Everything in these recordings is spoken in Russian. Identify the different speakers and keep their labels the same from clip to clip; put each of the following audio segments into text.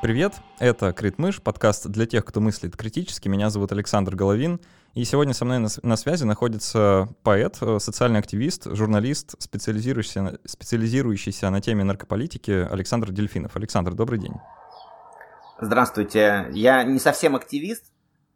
Speaker 1: Привет, это Критмыш, подкаст для тех, кто мыслит критически. Меня зовут Александр Головин, и сегодня со мной на связи находится поэт, социальный активист, журналист, специализирующийся на теме наркополитики Александр Дельфинов. Александр, добрый день.
Speaker 2: Здравствуйте. Я не совсем активист,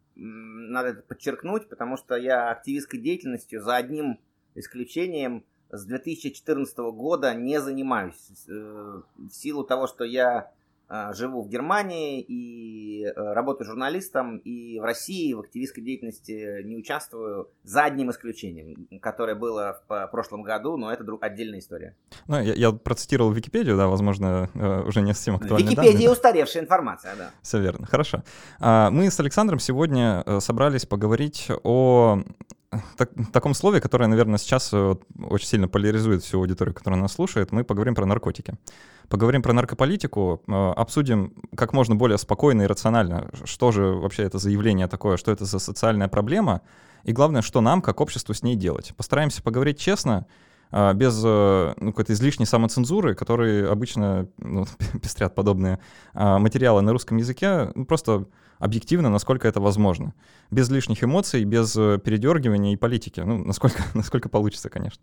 Speaker 2: надо это подчеркнуть, потому что я активистской деятельностью за одним исключением с 2014 года не занимаюсь. В силу того, что я живу в Германии и работаю журналистом, и в России в активистской деятельности не участвую, за одним исключением, которое было в прошлом году, но это отдельная история.
Speaker 1: Ну, я процитировал Википедию, да, возможно, уже не совсем актуальные
Speaker 2: данные. Википедия
Speaker 1: да?
Speaker 2: Устаревшая информация, да.
Speaker 1: Все верно, хорошо. Мы с Александром сегодня собрались поговорить о таком слове, которое, наверное, сейчас очень сильно поляризует всю аудиторию, которая нас слушает. Мы поговорим про наркотики. Поговорим про наркополитику, обсудим как можно более спокойно и рационально, что же вообще это за явление такое, что это за социальная проблема, и главное, что нам, как обществу, с ней делать. Постараемся поговорить честно, без какой-то излишней самоцензуры, которые обычно пестрят подобные материалы на русском языке, просто объективно, насколько это возможно. Без лишних эмоций, без передергивания и политики. Насколько получится, конечно.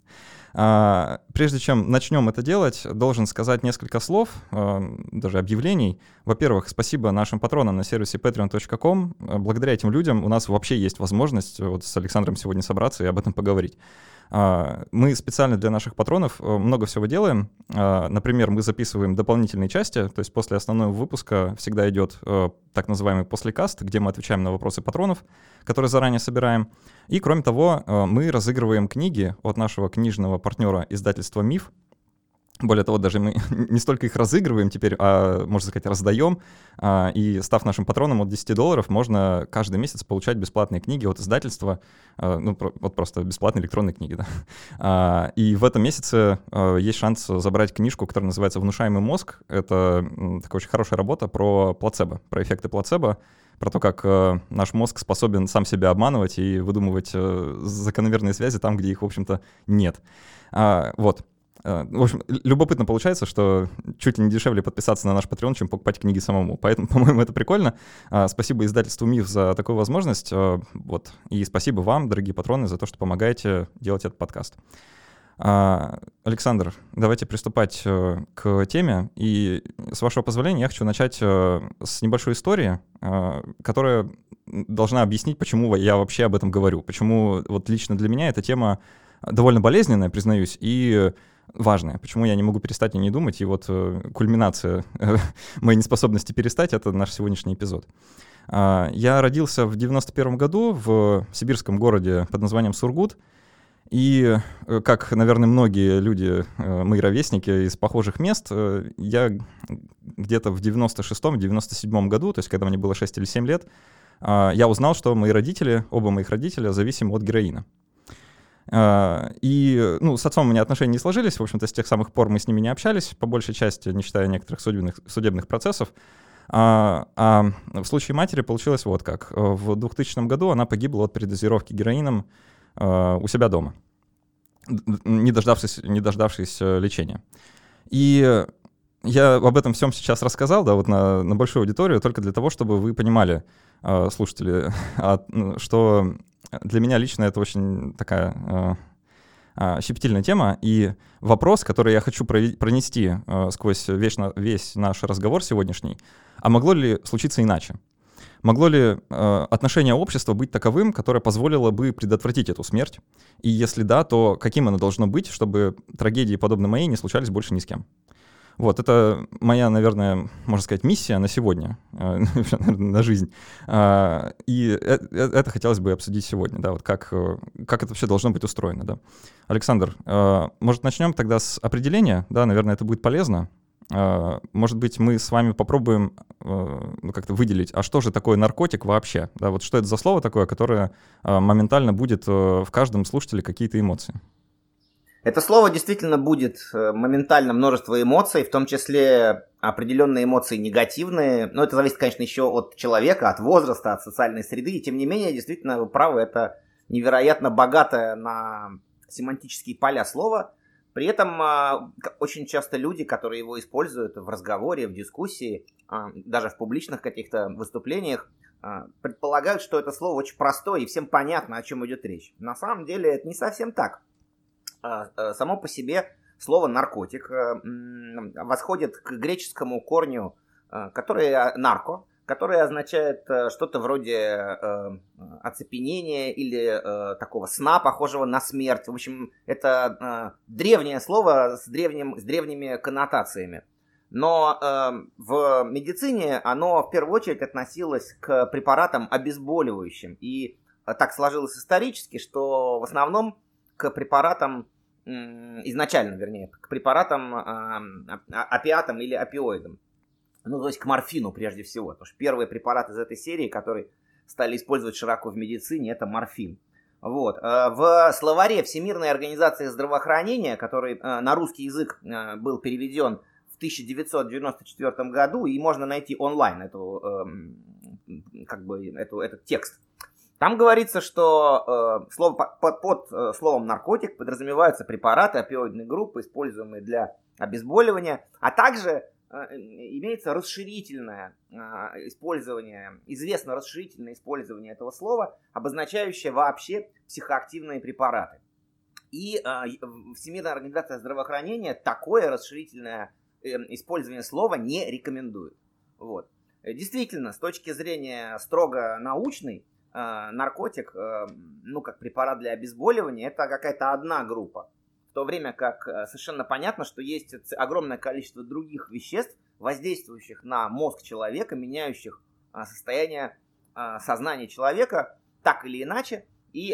Speaker 1: Прежде чем начнем это делать, должен сказать несколько слов, даже объявлений. Во-первых, спасибо нашим патронам на сервисе patreon.com. Благодаря этим людям у нас вообще есть возможность вот с Александром сегодня собраться и об этом поговорить. Мы специально для наших патронов много всего делаем. Например, мы записываем дополнительные части, то есть после основного выпуска всегда идет так называемый послекаст, где мы отвечаем на вопросы патронов, которые заранее собираем. И кроме того, мы разыгрываем книги от нашего книжного партнера издательства «Миф». Более того, даже мы не столько их разыгрываем теперь, а, можно сказать, раздаем. И став нашим патроном от $10, можно каждый месяц получать бесплатные книги от издательства. Вот просто бесплатные электронные книги, да. И в этом месяце есть шанс забрать книжку, которая называется «Внушаемый мозг». Это такая очень хорошая работа про плацебо, про эффекты плацебо, про то, как наш мозг способен сам себя обманывать и выдумывать закономерные связи там, где их, в общем-то, нет. Вот. В общем, любопытно получается, что чуть ли не дешевле подписаться на наш Patreon, чем покупать книги самому. Поэтому, по-моему, это прикольно. Спасибо издательству «Миф» за такую возможность. Вот. И спасибо вам, дорогие патроны, за то, что помогаете делать этот подкаст. Александр, давайте приступать к теме. И, с вашего позволения, я хочу начать с небольшой истории, которая должна объяснить, почему я вообще об этом говорю. Почему вот лично для меня эта тема довольно болезненная, признаюсь, и важное. Почему я не могу перестать о ней думать, и вот кульминация моей неспособности перестать — это наш сегодняшний эпизод. Я родился в 91 году в сибирском городе под названием Сургут, и, как, наверное, многие люди, мои ровесники из похожих мест, я где-то в 96-97 году, то есть когда мне было 6 или 7 лет, я узнал, что мои родители, оба моих родителя, зависимы от героина. И, с отцом у меня отношения не сложились, в общем-то, с тех самых пор мы с ними не общались, по большей части, не считая некоторых судебных процессов. А в случае матери получилось вот как. В 2000 году она погибла от передозировки героином у себя дома, не дождавшись лечения. И я об этом всем сейчас рассказал, да, вот на большую аудиторию, только для того, чтобы вы понимали, слушатели, что для меня лично это очень такая щепетильная тема, и вопрос, который я хочу пронести сквозь весь наш разговор сегодняшний, а могло ли случиться иначе? Могло ли отношение общества быть таковым, которое позволило бы предотвратить эту смерть? И если да, то каким оно должно быть, чтобы трагедии, подобные моей, не случались больше ни с кем? Вот, это моя, наверное, можно сказать, миссия на сегодня, на жизнь. И это хотелось бы обсудить сегодня, да, вот как это вообще должно быть устроено, да. Александр, может, начнем тогда с определения, да, наверное, это будет полезно. Может быть, мы с вами попробуем как-то выделить, а что же такое наркотик вообще, да, вот что это за слово такое, которое моментально будет в каждом слушателе какие-то эмоции.
Speaker 2: Это слово действительно будет моментально множество эмоций, в том числе определенные эмоции негативные. Но это зависит, конечно, еще от человека, от возраста, от социальной среды. И тем не менее, действительно, вы правы, это невероятно богатое на семантические поля слово. При этом очень часто люди, которые его используют в разговоре, в дискуссии, даже в публичных каких-то выступлениях, предполагают, что это слово очень простое и всем понятно, о чем идет речь. На самом деле это не совсем так. Само по себе слово «наркотик» восходит к греческому корню, который «нарко», который означает что-то вроде оцепенения или такого сна, похожего на смерть. В общем, это древнее слово с древними коннотациями. Но в медицине оно в первую очередь относилось к препаратам обезболивающим. И так сложилось исторически, что в основном к препаратам, изначально, вернее, к препаратам опиатам или опиоидам. Ну, то есть к морфину прежде всего. Потому что первые препараты из этой серии, которые стали использовать широко в медицине, это морфин. Вот. В словаре Всемирной организации здравоохранения, который на русский язык был переведен в 1994 году, и можно найти онлайн этот текст. Там говорится, что под словом «наркотик» подразумеваются препараты опиоидной группы, используемые для обезболивания, а также имеется расширительное использование, известно расширительное использование этого слова, обозначающее вообще психоактивные препараты. И Всемирная организация здравоохранения такое расширительное использование слова не рекомендует. Вот. Действительно, с точки зрения строго научной, наркотик, как препарат для обезболивания, это какая-то одна группа. В то время как совершенно понятно, что есть огромное количество других веществ, воздействующих на мозг человека, меняющих состояние сознания человека так или иначе, и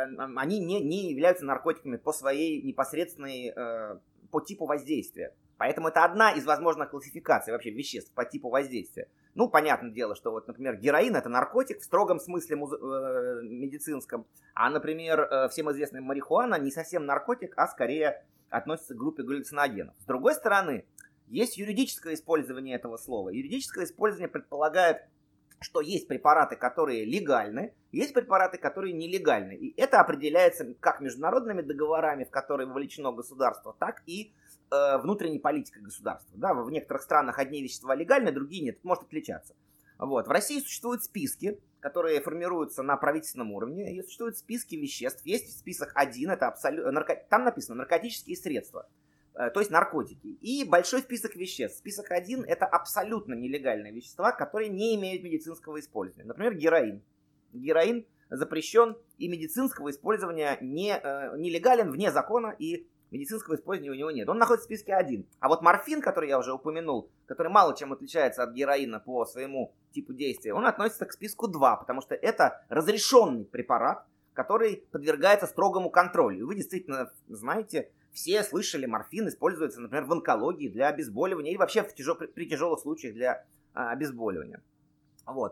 Speaker 2: они не являются наркотиками по своей непосредственной, по типу воздействия. Поэтому это одна из возможных классификаций вообще веществ по типу воздействия. Ну, понятное дело, что вот, например, героин — это наркотик в строгом смысле медицинском, а, например, всем известная марихуана не совсем наркотик, а скорее относится к группе галлюциногенов. С другой стороны, есть юридическое использование этого слова. Юридическое использование предполагает, что есть препараты, которые легальны, есть препараты, которые нелегальны. И это определяется как международными договорами, в которые вовлечено государство, так и внутренней политикой государства. Да, в некоторых странах одни вещества легальны, другие нет. Это может отличаться. Вот. В России существуют списки, которые формируются на правительственном уровне. И существуют списки веществ. Есть список 1, это там написано наркотические средства, то есть наркотики. И большой список веществ. Список 1 — это абсолютно нелегальные вещества, которые не имеют медицинского использования. Например, героин. Героин запрещен, и медицинского использования нелегален, вне закона, и медицинского использования у него нет. Он находится в списке 1. А вот морфин, который я уже упомянул, который мало чем отличается от героина по своему типу действия, он относится к списку 2, потому что это разрешенный препарат, который подвергается строгому контролю. И вы действительно знаете, все слышали, морфин используется, например, в онкологии для обезболивания или вообще при тяжелых случаях для обезболивания. Вот.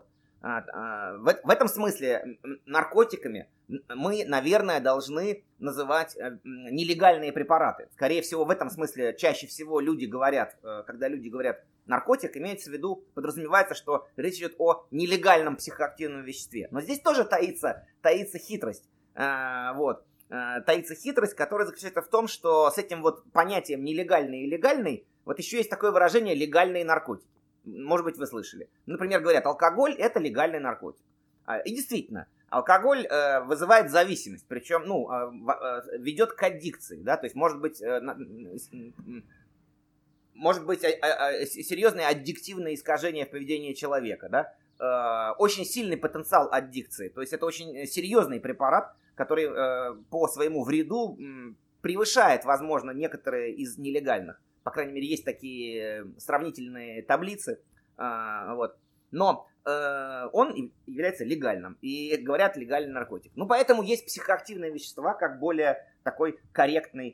Speaker 2: В этом смысле наркотиками мы, наверное, должны называть нелегальные препараты. Скорее всего, в этом смысле чаще всего люди говорят, когда люди говорят наркотик, имеется в виду, подразумевается, что речь идет о нелегальном психоактивном веществе. Но здесь тоже таится хитрость. Таится хитрость, которая заключается в том, что с этим вот понятием нелегальный и легальный, вот еще есть такое выражение «легальные наркотики». Может быть, вы слышали. Например, говорят, алкоголь – это легальный наркотик. И действительно, алкоголь вызывает зависимость, причем ведет к аддикции. Да? То есть может быть серьезное аддиктивное искажение в поведении человека. Да? Очень сильный потенциал аддикции. То есть это очень серьезный препарат, который по своему вреду превышает, возможно, некоторые из нелегальных. По крайней мере, есть такие сравнительные таблицы. Вот. Но он является легальным. И говорят, легальный наркотик. Ну, поэтому есть психоактивные вещества как более такой корректный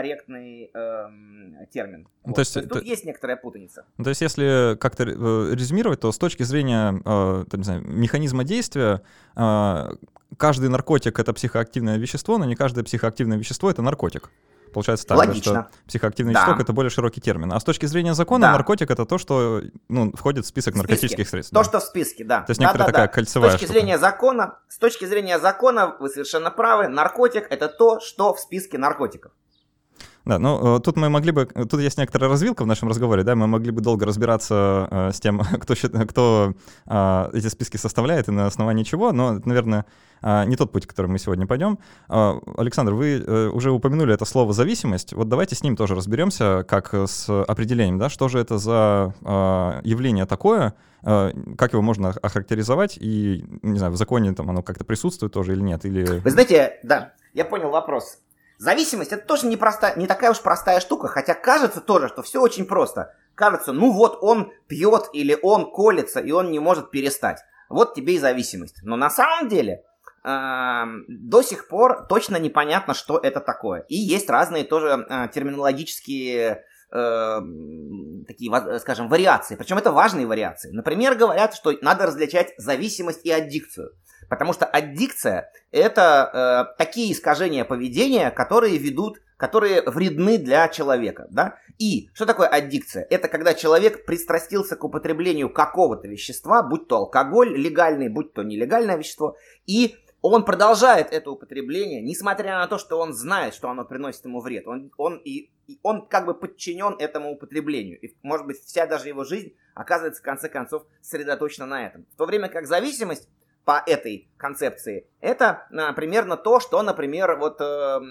Speaker 2: термин. Вот. То есть тут есть некоторая путаница.
Speaker 1: То есть если как-то резюмировать, то с точки зрения механизма действия, каждый наркотик — это психоактивное вещество, но не каждое психоактивное вещество — это наркотик. Получается так, да, что психоактивный вещество — это более широкий термин. А с точки зрения закона наркотик — это то, что входит в список наркотических средств.
Speaker 2: То, что в списке, да.
Speaker 1: То есть некоторая такая кольцевая штука.
Speaker 2: С точки зрения закона вы совершенно правы, наркотик — это то, что в списке наркотиков.
Speaker 1: Да, ну тут мы могли бы, тут есть некоторая развилка в нашем разговоре, да, мы могли бы долго разбираться с тем, кто эти списки составляет и на основании чего, но это, наверное, не тот путь, который мы сегодня пойдем. Александр, вы уже упомянули это слово «зависимость», вот давайте с ним тоже разберемся, как с определением, да, что же это за явление такое, как его можно охарактеризовать, и, не знаю, в законе там оно как-то присутствует тоже или нет, или...
Speaker 2: Вы знаете, да, я понял вопрос. Зависимость — это тоже не такая уж простая штука, хотя кажется тоже, что все очень просто. Кажется, ну вот он пьет или он колется, и он не может перестать. Вот тебе и зависимость. Но на самом деле до сих пор точно непонятно, что это такое. И есть разные тоже терминологические такие, скажем, вариации. Причем это важные вариации. Например, говорят, что надо различать зависимость и аддикцию. Потому что аддикция — это такие искажения поведения, которые вредны для человека. Да? И что такое аддикция? Это когда человек пристрастился к употреблению какого-то вещества, будь то алкоголь легальный, будь то нелегальное вещество, и он продолжает это употребление, несмотря на то, что он знает, что оно приносит ему вред. Он как бы подчинен этому употреблению. И, может быть, вся даже его жизнь оказывается, в конце концов, сосредоточена на этом. В то время как зависимость по этой концепции — это примерно то, что, например, вот,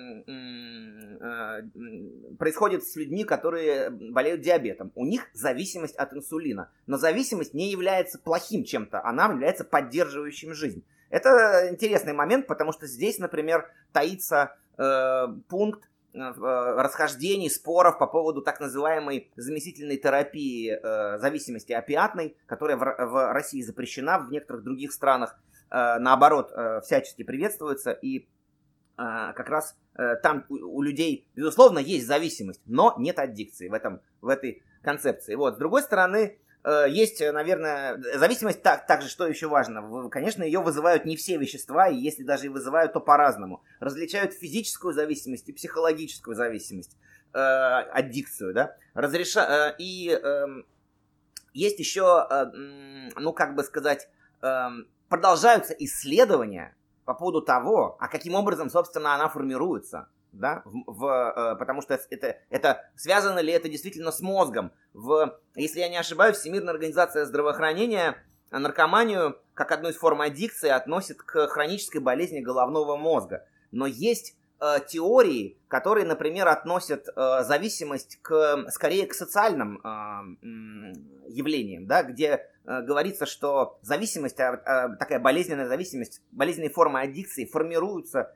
Speaker 2: происходит с людьми, которые болеют диабетом. У них зависимость от инсулина. Но зависимость не является плохим чем-то, она является поддерживающим жизнь. Это интересный момент, потому что здесь, например, таится пункт расхождений, споров по поводу так называемой заместительной терапии зависимости опиатной, которая в России запрещена, в некоторых других странах, наоборот, всячески приветствуется. И как раз там у людей, безусловно, есть зависимость, но нет аддикции в этой концепции. Вот. С другой стороны, есть, наверное, зависимость также, что еще важно. Конечно, ее вызывают не все вещества, и если даже и вызывают, то по-разному. Различают физическую зависимость и психологическую зависимость, аддикцию, да. И есть еще, ну, как бы сказать, продолжаются исследования по поводу того, а каким образом, собственно, она формируется. Да, потому что это связано ли это действительно с мозгом. Если я не ошибаюсь, Всемирная организация здравоохранения наркоманию как одну из форм аддикции относит к хронической болезни головного мозга. Но есть теории, которые, например, относят зависимость скорее к социальным явлениям, да, где говорится, что такая болезненная зависимость, болезненные формы аддикции формируются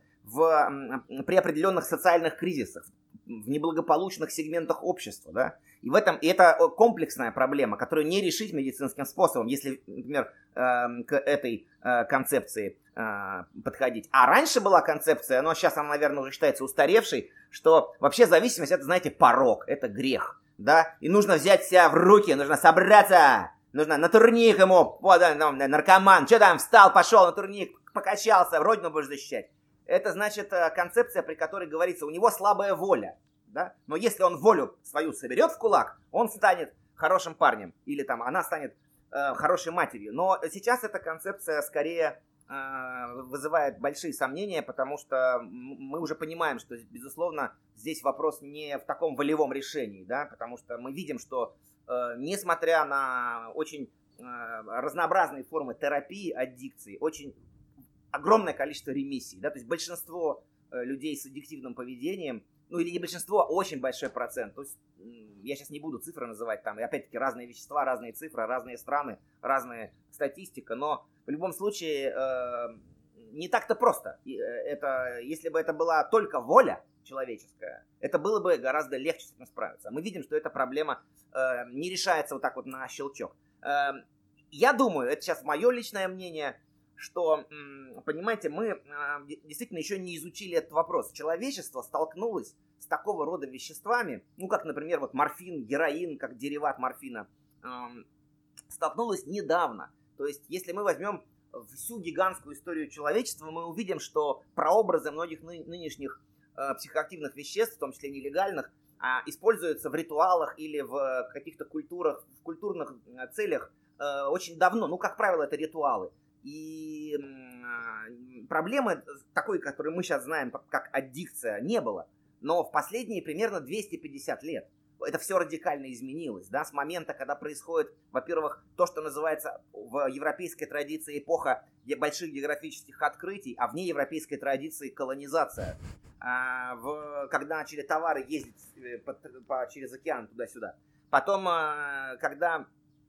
Speaker 2: при определенных социальных кризисах, в неблагополучных сегментах общества, да, и это комплексная проблема, которую не решить медицинским способом, если, например, к этой концепции подходить. А раньше была концепция, но сейчас она, наверное, уже считается устаревшей, что вообще зависимость — это, знаете, порок, это грех, да, и нужно взять себя в руки, нужно собраться, нужно на турник ему, вот, наркоман, что там, встал, пошел на турник, покачался, родину будешь защищать. Это значит концепция, при которой говорится, у него слабая воля, да? Но если он волю свою соберет в кулак, он станет хорошим парнем, или там она станет хорошей матерью. Но сейчас эта концепция скорее вызывает большие сомнения, потому что мы уже понимаем, что, безусловно, здесь вопрос не в таком волевом решении, да? Потому что мы видим, что несмотря на очень разнообразные формы терапии аддикции, очень огромное количество ремиссий, да, то есть большинство людей с аддиктивным поведением, ну или не большинство, а очень большой процент, то есть я сейчас не буду цифры называть там, и опять-таки разные вещества, разные цифры, разные страны, разная статистика, но в любом случае не так-то просто. Если бы это была только воля человеческая, это было бы гораздо легче с этим справиться. Мы видим, что эта проблема не решается вот так вот на щелчок. Я думаю, это сейчас мое личное мнение, что, понимаете, мы действительно еще не изучили этот вопрос. Человечество столкнулось с такого рода веществами, ну, как, например, вот морфин, героин, как дериват морфина, столкнулось недавно. То есть, если мы возьмем всю гигантскую историю человечества, мы увидим, что прообразы многих нынешних психоактивных веществ, в том числе нелегальных, используются в ритуалах или в каких-то культурах, в культурных целях очень давно. Ну, как правило, это ритуалы. И проблемы такой, которую мы сейчас знаем как аддикция, не было. но в последние примерно 250 лет это все радикально изменилось, да, с момента, когда происходит, во-первых, то, что называется в европейской традиции эпоха больших географических открытий, а вне европейской традиции колонизация. Когда начали товары ездить через океан туда-сюда. Потом, когда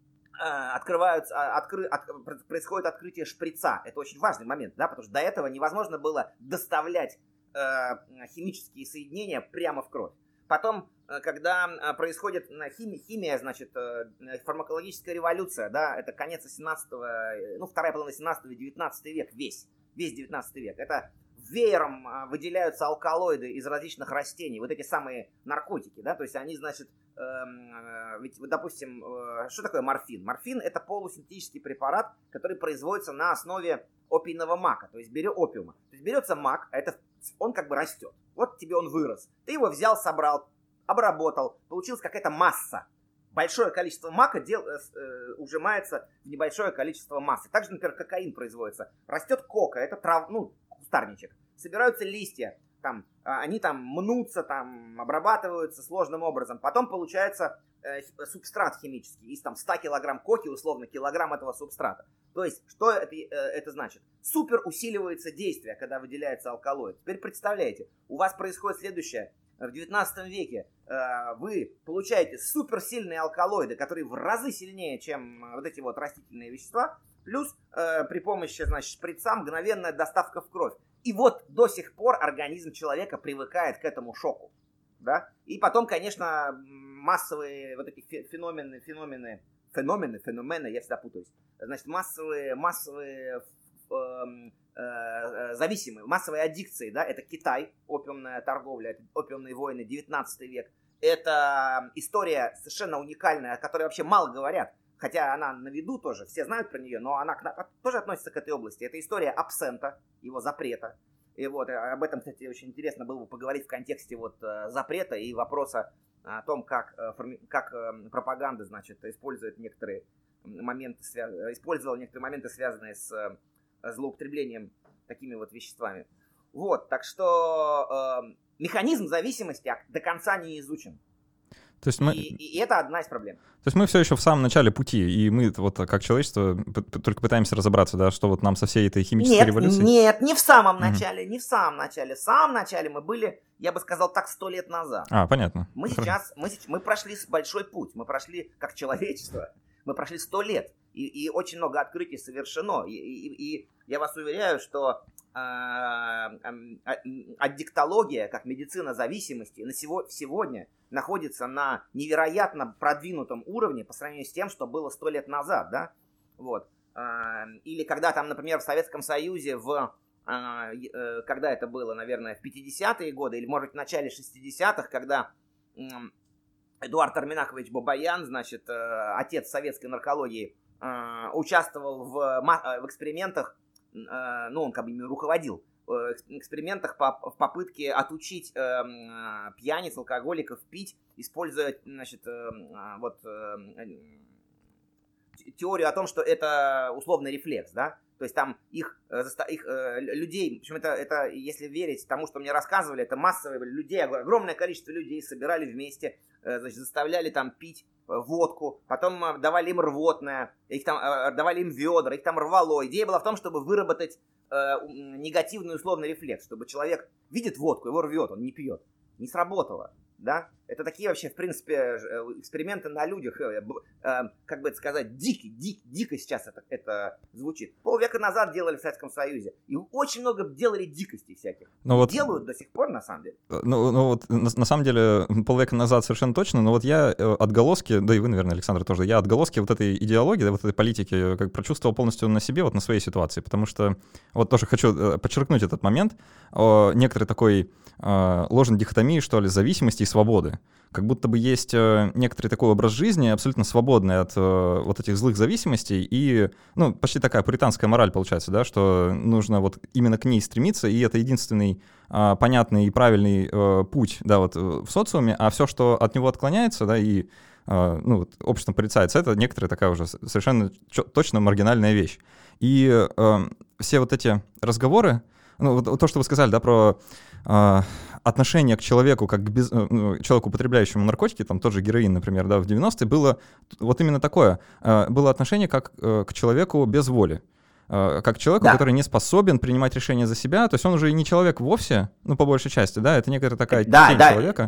Speaker 2: происходит открытие шприца, это очень важный момент, да, потому что до этого невозможно было доставлять химические соединения прямо в кровь. Потом, когда происходит химия, значит, фармакологическая революция, да, это конец 18-го, вторая половина 17-го и 19 век, весь 19 век. Это веером выделяются алкалоиды из различных растений, вот эти самые наркотики, да, то есть они, значит, ведь, допустим, что такое морфин? Морфин — это полусинтетический препарат, который производится на основе опийного мака, то есть опиума. То есть берется мак, а он как бы растет. Вот тебе он вырос. Ты его взял, собрал, обработал, получилась какая-то масса. Большое количество мака ужимается в небольшое количество массы. Также, например, кокаин производится. Растет кока, это кустарничек. Собираются листья, они мнутся, обрабатываются сложным образом. Потом получается субстрат химический. Из 100 килограмм коки, условно, килограмм этого субстрата. То есть, что это значит? Супер усиливается действие, когда выделяется алкалоид. Теперь представляете, у вас происходит следующее. В 19 веке вы получаете суперсильные алкалоиды, которые в разы сильнее, чем вот эти вот растительные вещества, плюс при помощи, значит, шприца мгновенная доставка в кровь. И вот до сих пор организм человека привыкает к этому шоку. Да? И потом, конечно, массовые вот эти феномены, я всегда путаюсь. Значит, массовые зависимые, массовые аддикции, да, это Китай, опиумная торговля, это опиумные войны, 19 век. Это история совершенно уникальная, о которой вообще мало говорят, хотя она на виду тоже, все знают про нее, но она тоже относится к этой области. Это история абсента, его запрета. И вот об этом, кстати, очень интересно было бы поговорить в контексте вот запрета и вопроса о том, как пропаганда, значит, использовала некоторые моменты, связанные с злоупотреблением такими вот веществами. Вот, так что механизм зависимости до конца не изучен.
Speaker 1: То есть
Speaker 2: и это одна из проблем.
Speaker 1: То есть мы все еще в самом начале пути, и мы вот как человечество только пытаемся разобраться, да, что вот нам со всей этой химической революцией...
Speaker 2: Нет, не в самом начале, не в самом начале. В самом начале мы были, я бы сказал так, 100 лет назад.
Speaker 1: Понятно.
Speaker 2: Мы прошли большой путь, мы прошли, как человечество, мы прошли 100 лет, и очень много открытий совершено. И я вас уверяю, что аддиктология, как медицина зависимости, сегодня находится на невероятно продвинутом уровне по сравнению с тем, что было 100 лет назад, да? Вот. Или когда например, в Советском Союзе когда это было, наверное, в 50-е годы, или, может быть, в начале 60-х, когда Эдуард Арменахович Бабаян, значит, отец советской наркологии, участвовал в экспериментах, он как бы ими руководил, в экспериментах в попытке отучить пьяниц, алкоголиков пить, используя, значит, теорию о том, что это условный рефлекс, да, то есть там их людей, в общем, это, если верить тому, что мне рассказывали, это массовые людей, огромное количество людей собирали вместе, значит, заставляли пить водку, потом давали им рвотное, давали им ведра, их рвало. Идея была в том, чтобы выработать негативный условный рефлекс, чтобы человек видит водку, его рвет, он не пьет. Не сработало, да? Это такие вообще, в принципе, эксперименты на людях, как бы это сказать, дико сейчас это звучит. Полвека назад делали в Советском Союзе, и очень много делали дикостей всяких. Делают до сих пор, на самом деле.
Speaker 1: На самом деле, полвека назад совершенно точно, но вот я отголоски, да и вы, наверное, Александр, тоже, я отголоски вот этой идеологии, вот этой политики как прочувствовал полностью на себе, вот на своей ситуации, потому что вот тоже хочу подчеркнуть этот момент, некоторой такой ложной дихотомии, что ли, зависимости и свободы. Как будто бы есть некоторый такой образ жизни, абсолютно свободный от вот этих злых зависимостей, и, почти такая пуританская мораль получается, да, что нужно вот именно к ней стремиться, и это единственный понятный и правильный путь, да, вот в социуме, а все, что от него отклоняется, да, и обществом порицается, это некоторая такая уже совершенно точно маргинальная вещь. И все вот эти разговоры Ну, вот то, что вы сказали, да, про отношение к человеку, как к человеку, употребляющему наркотики, там тот же героин, например, да, в 90-е, было вот именно такое. Было отношение как к человеку без воли. Как к человеку,
Speaker 2: Да.
Speaker 1: который не способен принимать решения за себя. То есть он уже и не человек вовсе, ну, по большей части, да, это некая такая тень человека.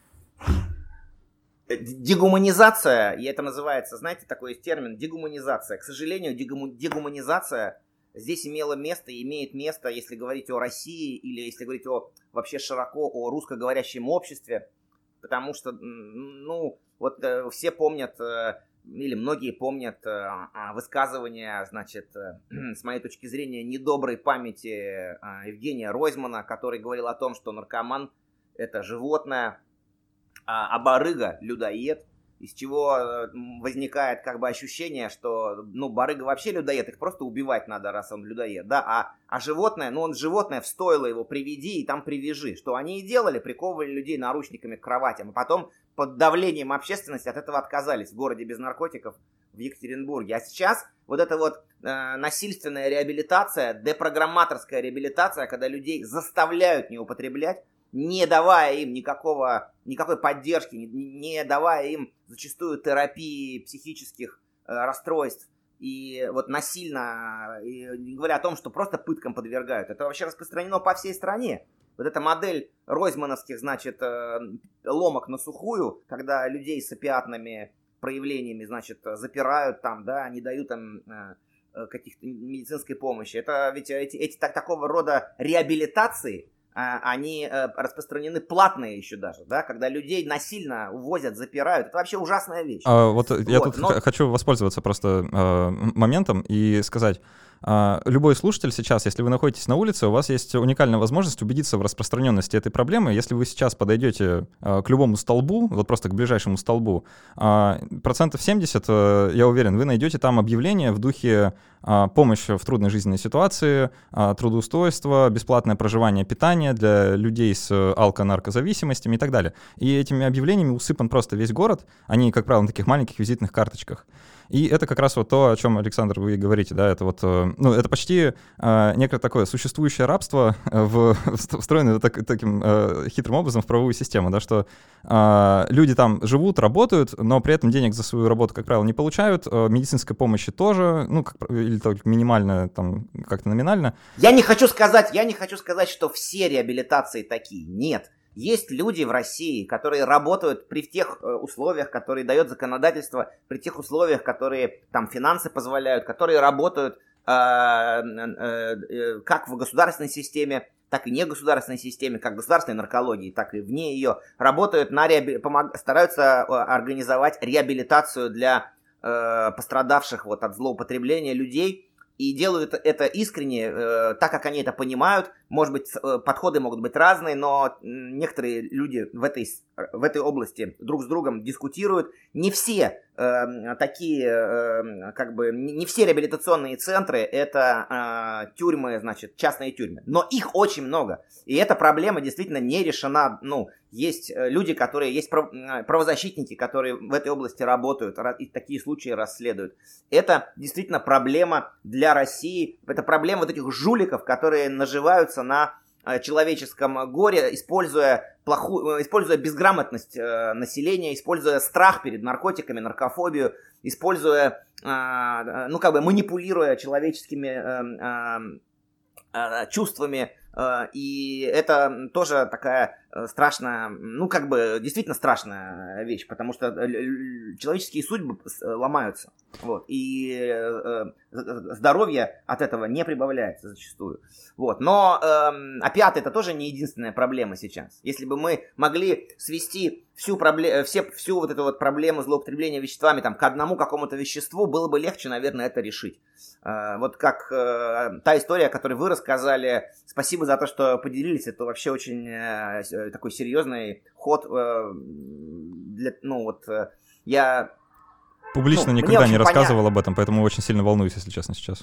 Speaker 2: Дегуманизация, и это называется, знаете, такой термин, дегуманизация. К сожалению, дегуманизация здесь имела место и имеет место, если говорить о России или если говорить вообще широко о русскоговорящем обществе, потому что, ну, вот все помнят, или многие помнят высказывания, значит, с моей точки зрения, недоброй памяти Евгения Ройзмана, который говорил о том, что наркоман – это животное, а барыга – людоед, из чего возникает как бы ощущение, что, ну, барыга вообще людоед, их просто убивать надо, раз он людоед, да, а животное, ну, он животное, в стойло его приведи и там привяжи, что они и делали, приковывали людей наручниками к кроватям, а потом под давлением общественности от этого отказались в городе без наркотиков в Екатеринбурге. А сейчас вот эта вот насильственная реабилитация, депрограмматорская реабилитация, когда людей заставляют не употреблять, не давая им никакой поддержки, не давая им зачастую терапии психических расстройств и вот насильно, не говоря о том, что просто пыткам подвергают. Это вообще распространено по всей стране. Вот эта модель ройзмановских, значит, ломок на сухую, когда людей с опиатными проявлениями, значит, запирают там, да, не дают им каких-то медицинской помощи. Это ведь такого рода реабилитации, они распространены платные еще даже, да, когда людей насильно увозят, запирают. Это вообще ужасная вещь.
Speaker 1: Я тут хочу воспользоваться просто моментом и сказать, любой слушатель сейчас, если вы находитесь на улице, у вас есть уникальная возможность убедиться в распространенности этой проблемы. Если вы сейчас подойдете к любому столбу, вот просто к ближайшему столбу, 70%, я уверен, вы найдете там объявление в духе помощь в трудной жизненной ситуации, трудоустройство, бесплатное проживание, питание для людей с алко-наркозависимостями и так далее. И этими объявлениями усыпан просто весь город. Они, как правило, на таких маленьких визитных карточках. И это как раз вот то, о чем, Александр, вы говорите, да, это вот, ну, это почти некое такое существующее рабство, встроенное таким хитрым образом в правовую систему, да, что люди там живут, работают, но при этом денег за свою работу, как правило, не получают, медицинской помощи тоже, ну, или только минимально, там, как-то номинально.
Speaker 2: Я не хочу сказать, что все реабилитации такие, нет. Есть люди в России, которые работают при тех условиях, которые дает законодательство, при тех условиях, которые там финансы позволяют, которые работают как в государственной системе, так и не государственной системе, как в государственной наркологии, так и вне ее, работают стараются организовать реабилитацию для пострадавших вот от злоупотребления людей. И делают это искренне, так как они это понимают. Может быть, подходы могут быть разные, но некоторые люди в этой области друг с другом дискутируют. Не все такие, как бы, не все реабилитационные центры — это тюрьмы, значит, частные тюрьмы. Но их очень много. И эта проблема действительно не решена. Ну, есть люди, есть правозащитники, которые в этой области работают и такие случаи расследуют. Это действительно проблема для России. Это проблема вот этих жуликов, которые наживаются на человеческом горе, используя безграмотность населения, используя страх перед наркотиками, наркофобию, используя, ну, как бы манипулируя человеческими чувствами. И это тоже такая страшная, ну, как бы, действительно страшная вещь, потому что человеческие судьбы ломаются, вот, и здоровье от этого не прибавляется зачастую, вот. Но опиаты — это тоже не единственная проблема сейчас. Если бы мы могли свести всю вот эту вот проблему злоупотребления веществами там к одному какому-то веществу, было бы легче, наверное, это решить. Вот как та история, о которой вы рассказали, спасибо за то, что поделились, это вообще очень такой серьезный ход я
Speaker 1: публично никогда не рассказывал об этом, поэтому очень сильно волнуюсь, если честно, сейчас.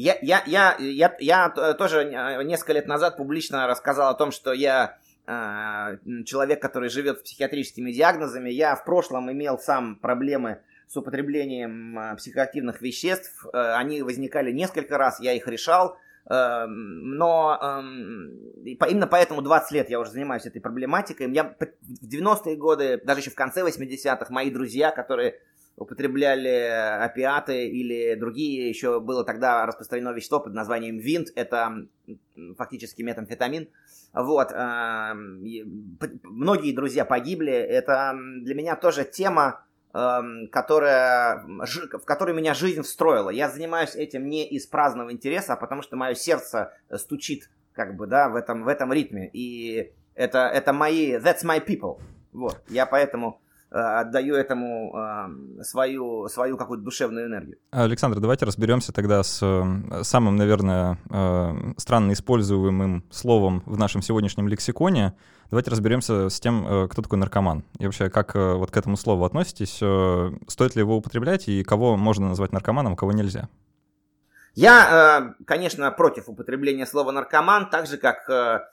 Speaker 2: Я тоже несколько лет назад публично рассказал о том, что я человек, который живет с психиатрическими диагнозами. Я в прошлом имел сам проблемы с употреблением психоактивных веществ. Они возникали несколько раз, я их решал. Но именно поэтому 20 лет я уже занимаюсь этой проблематикой. Я в 90-е годы, даже еще в конце 80-х, мои друзья, которые употребляли опиаты или другие, еще было тогда распространено вещество под названием винт, это фактически метамфетамин. Вот. Многие друзья погибли. Это для меня тоже тема, в которой меня жизнь встроила. Я занимаюсь этим не из праздного интереса, а потому что мое сердце стучит как бы, да, в этом ритме. И это мои, that's my people. Вот. Я поэтому отдаю этому свою какую-то душевную энергию.
Speaker 1: Александр, давайте разберемся тогда с самым, наверное, странно используемым словом в нашем сегодняшнем лексиконе. Давайте разберемся с тем, кто такой наркоман. И вообще, как вот к этому слову относитесь? Стоит ли его употреблять и кого можно назвать наркоманом, кого нельзя?
Speaker 2: Я, конечно, против употребления слова наркоман, так же, как,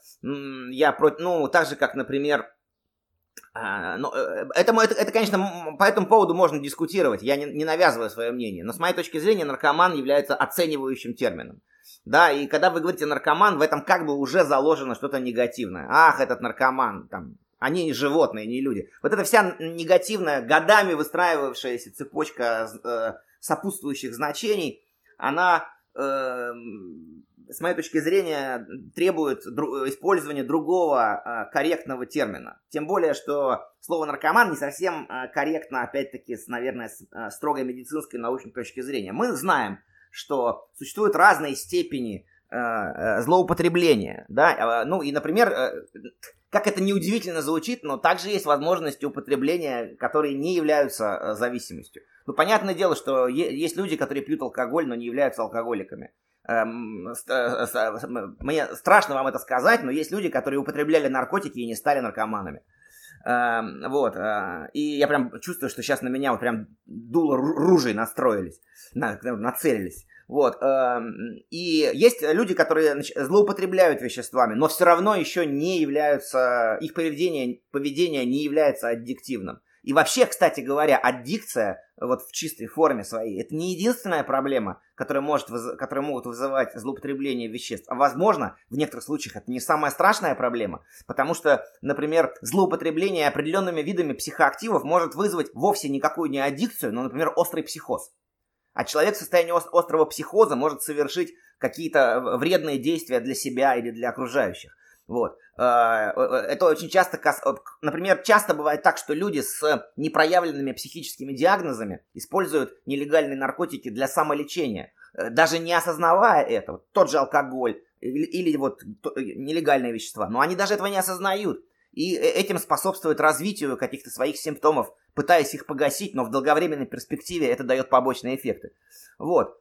Speaker 2: например, это, конечно, по этому поводу можно дискутировать, я не навязываю свое мнение, но с моей точки зрения наркоман является оценивающим термином. Да, и когда вы говорите наркоман, в этом как бы уже заложено что-то негативное. Ах, этот наркоман, там, они не животные, не люди. Вот эта вся негативная, годами выстраивавшаяся цепочка сопутствующих значений, она, с моей точки зрения, требует использования другого корректного термина. Тем более, что слово наркоман не совсем корректно, опять-таки, наверное, с строгой медицинской научной точки зрения. Мы знаем, что существуют разные степени злоупотребления. Да? Ну и, например, как это неудивительно звучит, но также есть возможности употребления, которые не являются зависимостью. Ну, понятное дело, что есть люди, которые пьют алкоголь, но не являются алкоголиками. Мне страшно вам это сказать, но есть люди, которые употребляли наркотики и не стали наркоманами. Вот. И я прям чувствую, что сейчас на меня вот прям дуло ружей настроились, нацелились. Вот. И есть люди, которые злоупотребляют веществами, но все равно еще не являются, их поведение не является аддиктивным. И вообще, кстати говоря, аддикция вот в чистой форме своей, это не единственная проблема, которая могут вызывать злоупотребление веществ. А возможно, в некоторых случаях это не самая страшная проблема, потому что, например, злоупотребление определенными видами психоактивов может вызвать вовсе никакую не аддикцию, но, например, острый психоз. А человек в состоянии острого психоза может совершить какие-то вредные действия для себя или для окружающих. Вот. Это очень часто, например, часто бывает так, что люди с непроявленными психическими диагнозами используют нелегальные наркотики для самолечения, даже не осознавая этого. Тот же алкоголь или вот нелегальные вещества, но они даже этого не осознают. И этим способствует развитию каких-то своих симптомов, пытаясь их погасить, но в долговременной перспективе это дает побочные эффекты. Вот.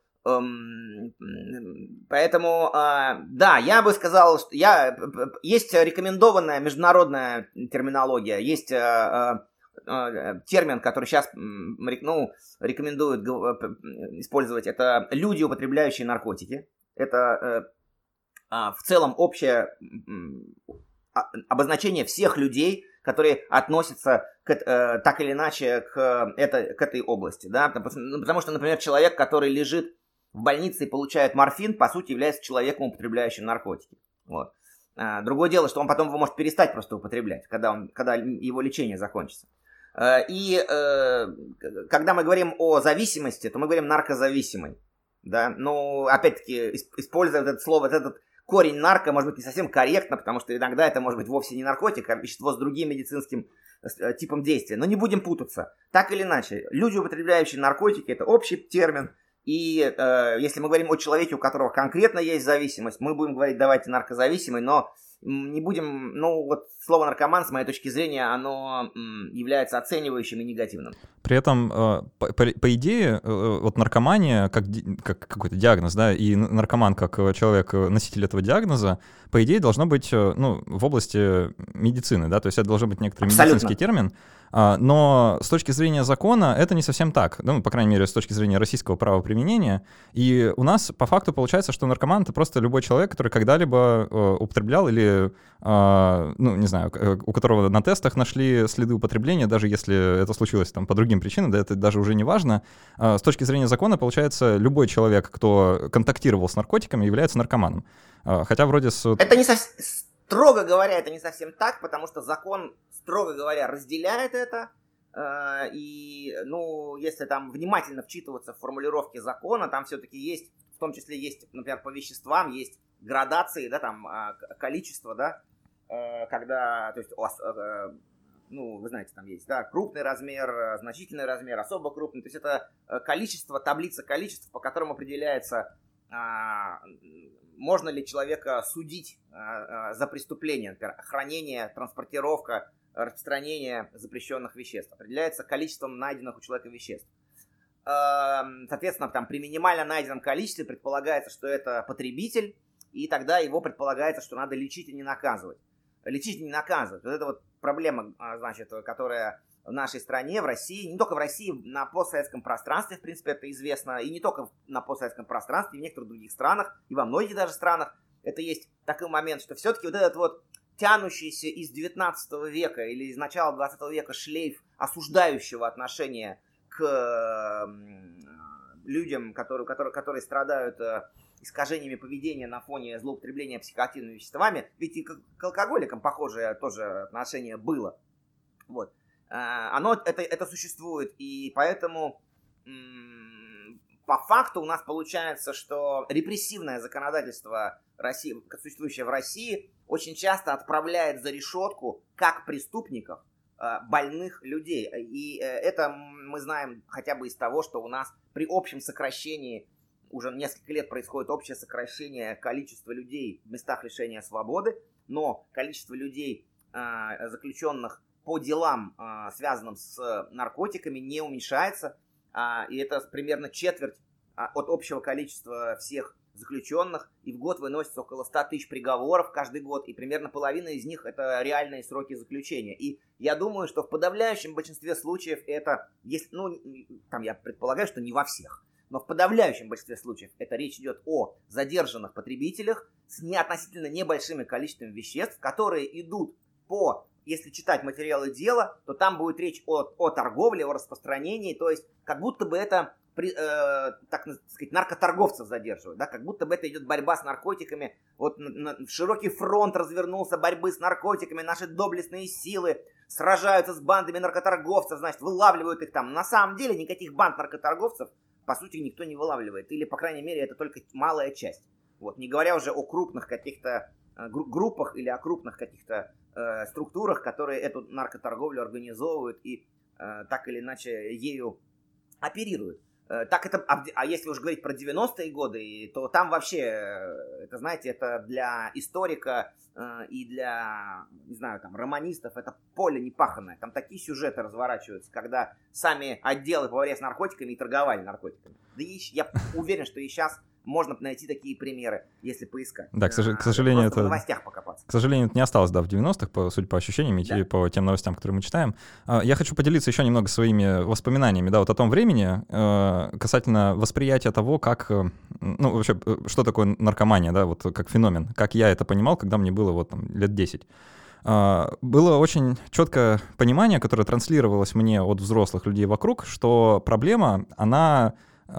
Speaker 2: Поэтому, да, я бы сказал, что есть рекомендованная международная терминология, есть термин, который сейчас рекомендуют использовать, это люди, употребляющие наркотики. Это в целом общее обозначение всех людей, которые относятся так или иначе к этой области. Да? Потому что, например, человек, который лежит в больнице и получает морфин, по сути, является человеком, употребляющим наркотики. Вот. Другое дело, что он потом его может перестать просто употреблять, когда его лечение закончится. И когда мы говорим о зависимости, то мы говорим наркозависимый. Да? Ну, опять-таки, используя это слово, этот корень нарко, может быть, не совсем корректно, потому что иногда это может быть вовсе не наркотик, а вещество с другим медицинским типом действия. Но не будем путаться. Так или иначе, люди, употребляющие наркотики, это общий термин. И если мы говорим о человеке, у которого конкретно есть зависимость, мы будем говорить, давайте наркозависимый, но не будем, вот слово наркоман, с моей точки зрения, оно является оценивающим и негативным.
Speaker 1: При этом, по идее, вот наркомания как какой-то диагноз, да, и наркоман как человек, носитель этого диагноза, по идее, должно быть, в области медицины, да, то есть это должен быть некоторый медицинский термин. Но с точки зрения закона это не совсем так, ну, по крайней мере, с точки зрения российского правоприменения. И у нас по факту получается, что наркоман — это просто любой человек, который когда-либо употреблял или, ну, не знаю, у которого на тестах нашли следы употребления, даже если это случилось там по другим причинам, да, это даже уже не важно. С точки зрения закона, получается, любой человек, кто контактировал с наркотиками, является наркоманом. Хотя вроде
Speaker 2: Это не совсем... Строго говоря, это не совсем так, потому что закон, строго говоря, разделяет это. И, ну, если там внимательно вчитываться в формулировки закона, там все-таки есть, в том числе есть, например, по веществам, есть градации, да, там, количество, да, когда, то есть, ну, вы знаете, там есть, да, крупный размер, значительный размер, особо крупный, то есть это количество, таблица количеств, по которым определяется, можно ли человека судить за преступление, например, хранение, транспортировка, распространение запрещенных веществ. Определяется количеством найденных у человека веществ. Соответственно, там, при минимально найденном количестве предполагается, что это потребитель, и тогда его предполагается, что надо лечить и не наказывать. Лечить и не наказывать. Вот это вот проблема, значит, которая в нашей стране, в России, не только в России, на постсоветском пространстве, в принципе, это известно, и не только на постсоветском пространстве, и в некоторых других странах, и во многих даже странах, это есть такой момент, что все-таки вот этот вот тянущийся из 19 века или из начала 20 века шлейф осуждающего отношения к людям, которые страдают искажениями поведения на фоне злоупотребления психоактивными веществами, ведь и к алкоголикам похожее тоже отношение было. Вот. Это существует, и поэтому по факту у нас получается, что репрессивное законодательство России, существующее в России, очень часто отправляет за решетку как преступников больных людей. И это мы знаем хотя бы из того, что у нас при общем сокращении, уже несколько лет происходит общее сокращение количества людей в местах лишения свободы, но количество людей, заключенных по делам, связанным с наркотиками, не уменьшается. И это примерно четверть от общего количества всех заключенных. И в год выносится около 100 тысяч приговоров каждый год. И примерно половина из них это реальные сроки заключения. И я думаю, что в подавляющем большинстве случаев это, если, ну, там я предполагаю, что не во всех, но в подавляющем большинстве случаев это речь идет о задержанных потребителях с относительно небольшими количеством веществ, которые идут по... Если читать материалы дела, то там будет речь о торговле, о распространении, то есть как будто бы это, так сказать, наркоторговцев задерживают, да, как будто бы это идет борьба с наркотиками, вот широкий фронт развернулся борьбы с наркотиками, наши доблестные силы сражаются с бандами наркоторговцев, значит, вылавливают их там. На самом деле никаких банд наркоторговцев, по сути, никто не вылавливает, или, по крайней мере, это только малая часть. Вот, не говоря уже о крупных каких-то группах или о крупных каких-то структурах, которые эту наркоторговлю организовывают и так или иначе ею оперируют. Так это, а если уж говорить про 90-е годы, то там вообще, это, знаете, это для историка и для, не знаю, там, романистов, это поле непаханное. Там такие сюжеты разворачиваются, когда сами отделы по борьбе с наркотиками и торговали наркотиками. Да и я уверен, что и сейчас можно найти такие примеры, если поискать.
Speaker 1: Да, к сожалению, это...
Speaker 2: в новостях покопаться.
Speaker 1: К сожалению, это не осталось, да, в 90-х, судя по ощущениям и по тем новостям, которые мы читаем. Я хочу поделиться еще немного своими воспоминаниями, да, вот о том времени, касательно восприятия того, как, ну, вообще, что такое наркомания, да, вот как феномен, как я это понимал, когда мне было вот там лет 10. Было очень четкое понимание, которое транслировалось мне от взрослых людей вокруг, что проблема, она...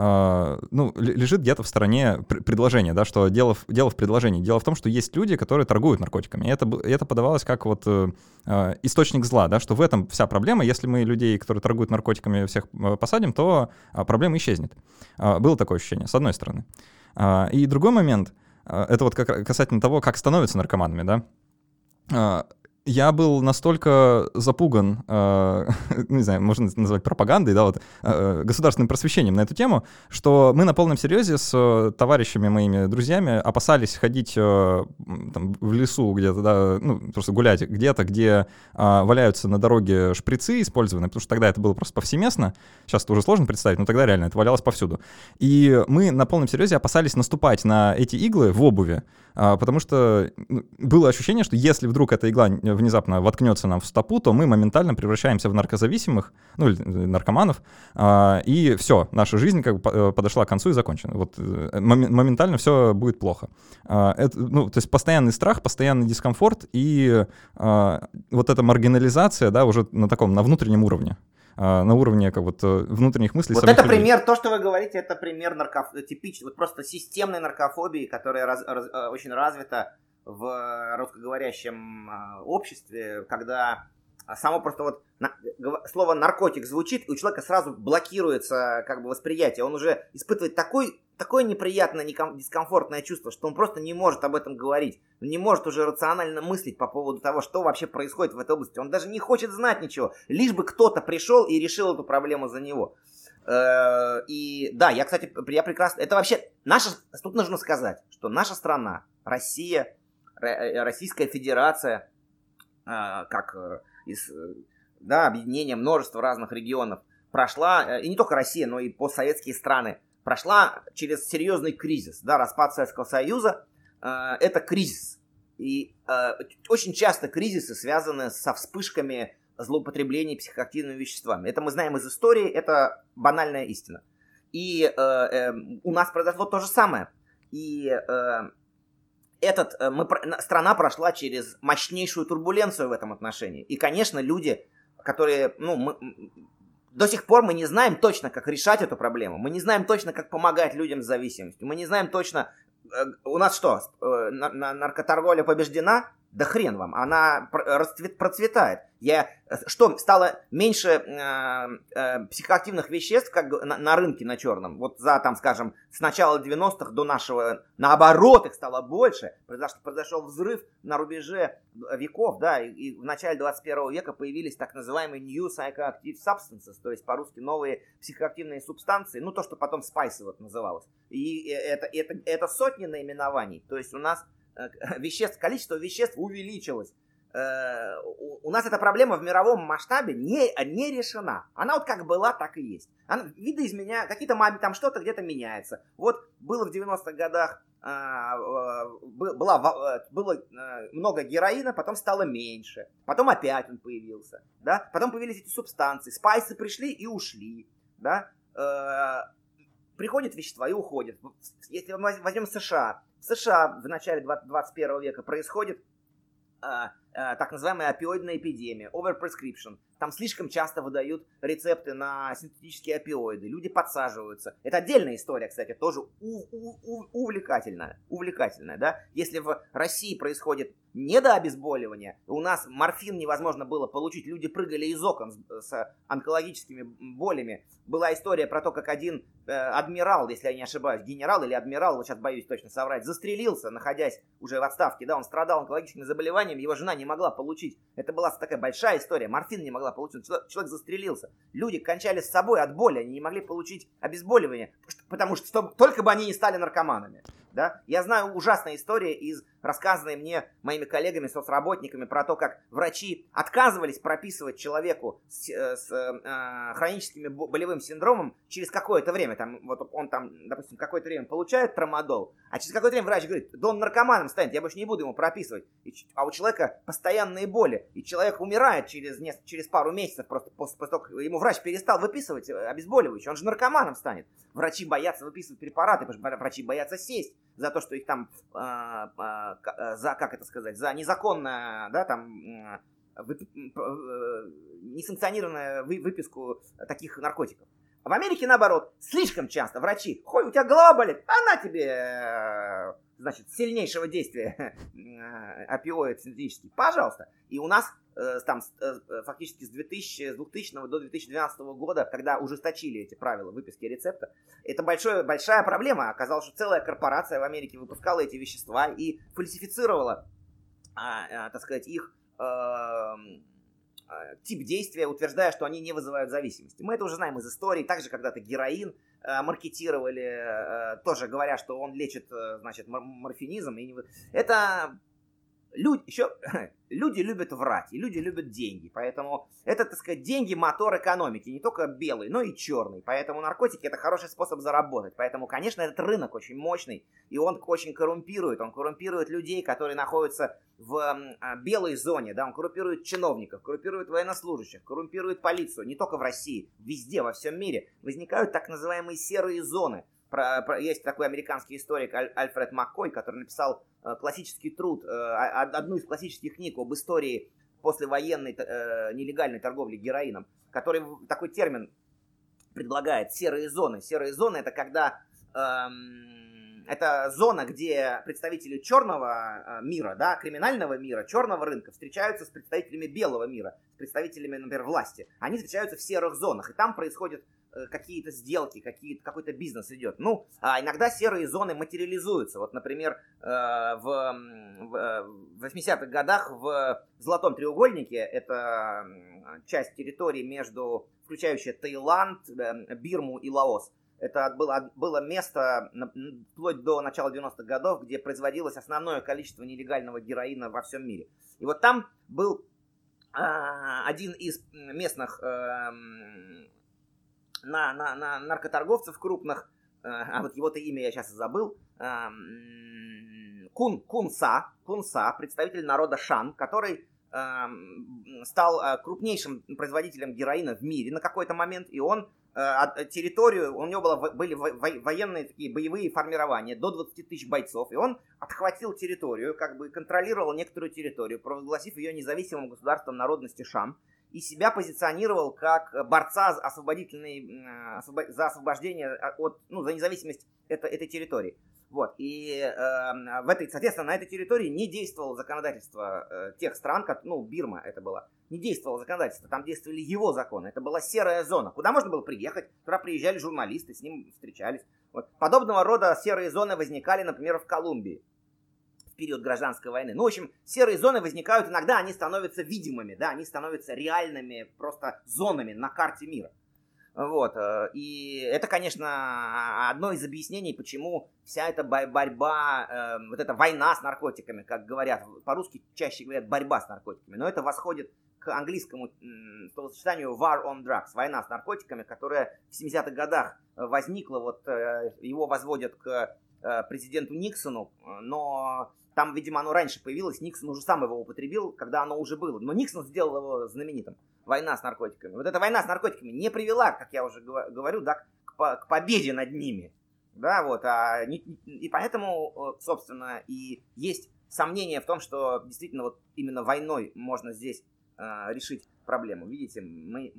Speaker 1: ну, лежит где-то в стороне предложения, да, что дело в предложении. Дело в том, что есть люди, которые торгуют наркотиками. И это подавалось как вот источник зла, да, что в этом вся проблема. Если мы людей, которые торгуют наркотиками, всех посадим, то проблема исчезнет. Было такое ощущение, с одной стороны. И другой момент, это вот как касательно того, как становятся наркоманами, да. Я был настолько запуган, не знаю, можно назвать пропагандой, да, вот, государственным просвещением на эту тему, что мы на полном серьезе с товарищами, моими друзьями опасались ходить там, в лесу где-то, да, ну, просто гулять где-то, где валяются на дороге шприцы использованные, потому что тогда это было просто повсеместно. Сейчас это уже сложно представить, но тогда реально это валялось повсюду. И мы на полном серьезе опасались наступать на эти иглы в обуви, потому что было ощущение, что если вдруг эта игла внезапно воткнется нам в стопу, то мы моментально превращаемся в наркозависимых, ну, или наркоманов, и все, наша жизнь как бы подошла к концу и закончена. Вот моментально все будет плохо. То есть постоянный страх, постоянный дискомфорт и вот эта маргинализация, да, уже на внутреннем уровне. На уровне как вот внутренних мыслей.
Speaker 2: Вот это людей. Пример, то, что вы говорите, это пример типичный, вот просто системной наркофобии, которая очень развита в русскоговорящем обществе, когда само просто вот слово наркотик звучит, и у человека сразу блокируется как бы восприятие, он уже испытывает такое неприятное, дискомфортное чувство, что он просто не может об этом говорить, он не может уже рационально мыслить по поводу того, что вообще происходит в этой области, он даже не хочет знать ничего, лишь бы кто-то пришел и решил эту проблему за него. И да, я прекрасно, это вообще, тут нужно сказать, что наша страна, Россия, Российская Федерация, как объединение множества разных регионов, прошла, и не только Россия, но и постсоветские страны, прошла через серьезный кризис. Да, распад Советского Союза это кризис. И очень часто кризисы связаны со вспышками злоупотреблений психоактивными веществами. Это мы знаем из истории, это банальная истина. И у нас произошло то же самое. И страна прошла через мощнейшую турбуленцию в этом отношении. И, конечно, люди, которые, до сих пор мы не знаем точно, как решать эту проблему. Мы не знаем точно, как помогать людям с зависимостью. Мы не знаем точно, у нас что, наркоторговля побеждена? Да хрен вам, она процветает. Стало меньше психоактивных веществ как на рынке на черном. Вот с начала 90-х до нашего, наоборот, их стало больше. Произошел взрыв на рубеже веков, да, и в начале 21 века появились так называемые new psychoactive substances, то есть по-русски новые психоактивные субстанции, то, что потом спайсы вот называлось. И это сотни наименований, то есть у нас количество веществ увеличилось. У нас эта проблема в мировом масштабе не решена. Она вот как была, так и есть. Виды изменяются, какие-то там что-то где-то меняется. Вот было в 90-х годах было много героина, потом стало меньше. Потом опять он появился. Да? Потом появились эти субстанции. Спайсы пришли и ушли. Да? Приходят вещества и уходят. Если мы возьмем США. В США в начале 21 века происходит так называемая опиоидная эпидемия, overprescription. Там слишком часто выдают рецепты на синтетические опиоиды. Люди подсаживаются. Это отдельная история, кстати, тоже увлекательная, да? Если в России происходит недообезболивание, у нас морфин невозможно было получить, люди прыгали из окон с онкологическими болями. Была история про то, как один адмирал, если я не ошибаюсь, генерал или адмирал, вот сейчас боюсь точно соврать, застрелился, находясь уже в отставке, да, он страдал онкологическими заболеваниями, его жена не могла получить. Это была такая большая история, морфин не могла получить, человек застрелился. Люди кончали с собой от боли, они не могли получить обезболивание, потому что только бы они не стали наркоманами. Да? Я знаю ужасные истории, рассказанные мне моими коллегами, соцработниками, про то, как врачи отказывались прописывать человеку с хроническим болевым синдромом через какое-то время. Он допустим, какое-то время получает трамадол, а через какое-то время врач говорит, да он наркоманом станет, я больше не буду ему прописывать. А у человека постоянные боли, и человек умирает через пару месяцев, просто после того, как ему врач перестал выписывать обезболивающие, он же наркоманом станет. Врачи боятся выписывать препараты, потому что врачи боятся сесть за то, что их там за незаконно, да, там несанкционированную выписку таких наркотиков. В Америке, наоборот, слишком часто врачи, у тебя голова болит, на тебе, значит, сильнейшего действия опиоид синтетический, пожалуйста. И у нас фактически с 2000 до 2012 года, когда ужесточили эти правила выписки рецепта, это большая проблема. Оказалось, что целая корпорация в Америке выпускала эти вещества и фальсифицировала, так сказать, их тип действия, утверждая, что они не вызывают зависимости. Мы это уже знаем из истории. Также когда-то героин маркетировали, тоже говоря, что он лечит, значит, морфинизм. Это люди любят врать, и люди любят деньги, поэтому это, так сказать, деньги — мотор экономики, не только белый, но и черный, поэтому наркотики — это хороший способ заработать, поэтому, конечно, этот рынок очень мощный, и он очень коррумпирует людей, которые находятся в белой зоне, да, он коррумпирует чиновников, коррумпирует военнослужащих, коррумпирует полицию, не только в России, везде, во всем мире возникают так называемые серые зоны. Есть такой американский историк Альфред Маккой, который написал классический труд, одну из классических книг об истории послевоенной нелегальной торговли героином, который такой термин предлагает — серые зоны. Серые зоны — это когда это зона, где представители черного мира, да, криминального мира, черного рынка встречаются с представителями белого мира, с представителями, например, власти. Они встречаются в серых зонах, и там происходят какие-то сделки, какой-то бизнес идет. Ну, а иногда серые зоны материализуются. Вот, например, в 80-х годах в Золотом треугольнике, это часть территории включающая Таиланд, Бирму и Лаос. Это было место вплоть до начала 90-х годов, где производилось основное количество нелегального героина во всем мире. И вот там был один из местных наркоторговцев крупных, а вот его-то имя я сейчас и забыл, Кунса, представитель народа Шан, который стал крупнейшим производителем героина в мире на какой-то момент, и он территорию, у него были военные такие боевые формирования, до 20 тысяч бойцов, и он отхватил территорию, как бы контролировал некоторую территорию, провозгласив ее независимым государством народности Шан, и себя позиционировал как борца за освобождение за независимость этой территории. Вот. И соответственно, на этой территории не действовало законодательство тех стран, Бирма это была, не действовало законодательство, там действовали его законы, это была серая зона, куда можно было приехать, туда приезжали журналисты, с ним встречались. Вот. Подобного рода серые зоны возникали, например, в Колумбии в период гражданской войны. Ну, в общем, серые зоны возникают иногда, они становятся видимыми, да, они становятся реальными просто зонами на карте мира. Вот. И это, конечно, одно из объяснений, почему вся эта борьба, вот эта война с наркотиками, как говорят, по-русски чаще говорят борьба с наркотиками, но это восходит к английскому словосочетанию war on drugs, война с наркотиками, которая в 70-х годах возникла, вот его возводят к президенту Никсону, но там, видимо, оно раньше появилось, Никсон уже сам его употребил, когда оно уже было, но Никсон сделал его знаменитым. Война с наркотиками. Вот эта война с наркотиками не привела, как я уже говорю, да, к победе над ними. Да, вот, и поэтому, собственно, и есть сомнение в том, что действительно вот именно войной можно здесь решить проблему. Видите, мы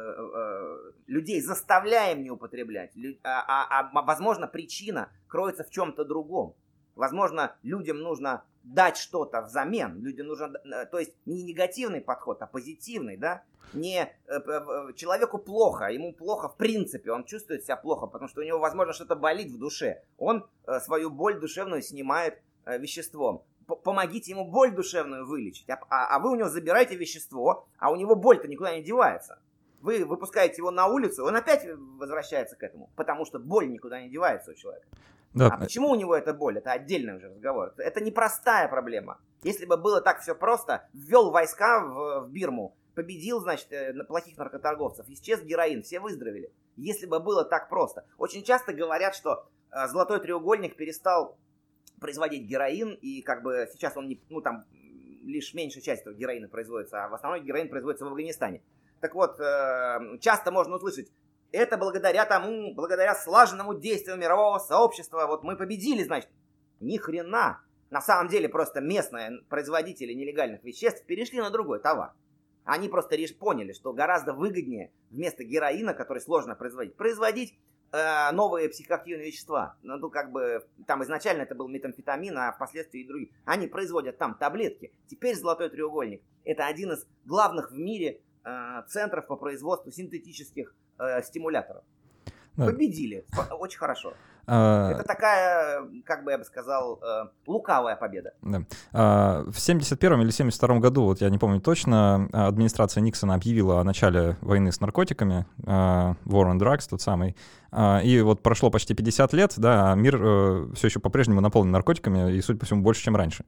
Speaker 2: людей заставляем не употреблять, возможно, причина кроется в чем-то другом. Возможно, людям нужно дать что-то взамен. Людям нужно, то есть не негативный подход, а позитивный, да? Человеку плохо, ему плохо в принципе, он чувствует себя плохо, потому что у него, возможно, что-то болит в душе. Он свою боль душевную снимает веществом. Помогите ему боль душевную вылечить, а вы у него забираете вещество, а у него боль-то никуда не девается. Вы выпускаете его на улицу, он опять возвращается к этому, потому что боль никуда не девается у человека. Да. А почему у него эта боль? Это отдельный уже разговор. Это непростая проблема. Если бы было так все просто, ввел войска в Бирму, победил, значит, плохих наркоторговцев, исчез героин, все выздоровели. Если бы было так просто. Очень часто говорят, что Золотой треугольник перестал производить героин, и как бы сейчас он там лишь меньшая часть этого героина производится, а в основном героин производится в Афганистане. Так вот, часто можно услышать, это благодаря слаженному действию мирового сообщества, вот мы победили, значит. Ни хрена. На самом деле просто местные производители нелегальных веществ перешли на другой товар. Они просто поняли, что гораздо выгоднее вместо героина, который сложно производить новые психоактивные вещества. Ну, как бы, там изначально это был метамфетамин, а впоследствии и другие. Они производят там таблетки. Теперь Золотой треугольник — это один из главных в мире центров по производству синтетических стимуляторов. Да. Победили. Очень хорошо. Это такая, как бы я бы сказал, лукавая победа. Да.
Speaker 1: В 71 или 72 году, вот я не помню точно, администрация Никсона объявила о начале войны с наркотиками, War on Drugs, тот самый. И вот прошло почти 50 лет, да, а мир все еще по-прежнему наполнен наркотиками, и, судя по всему, больше, чем раньше.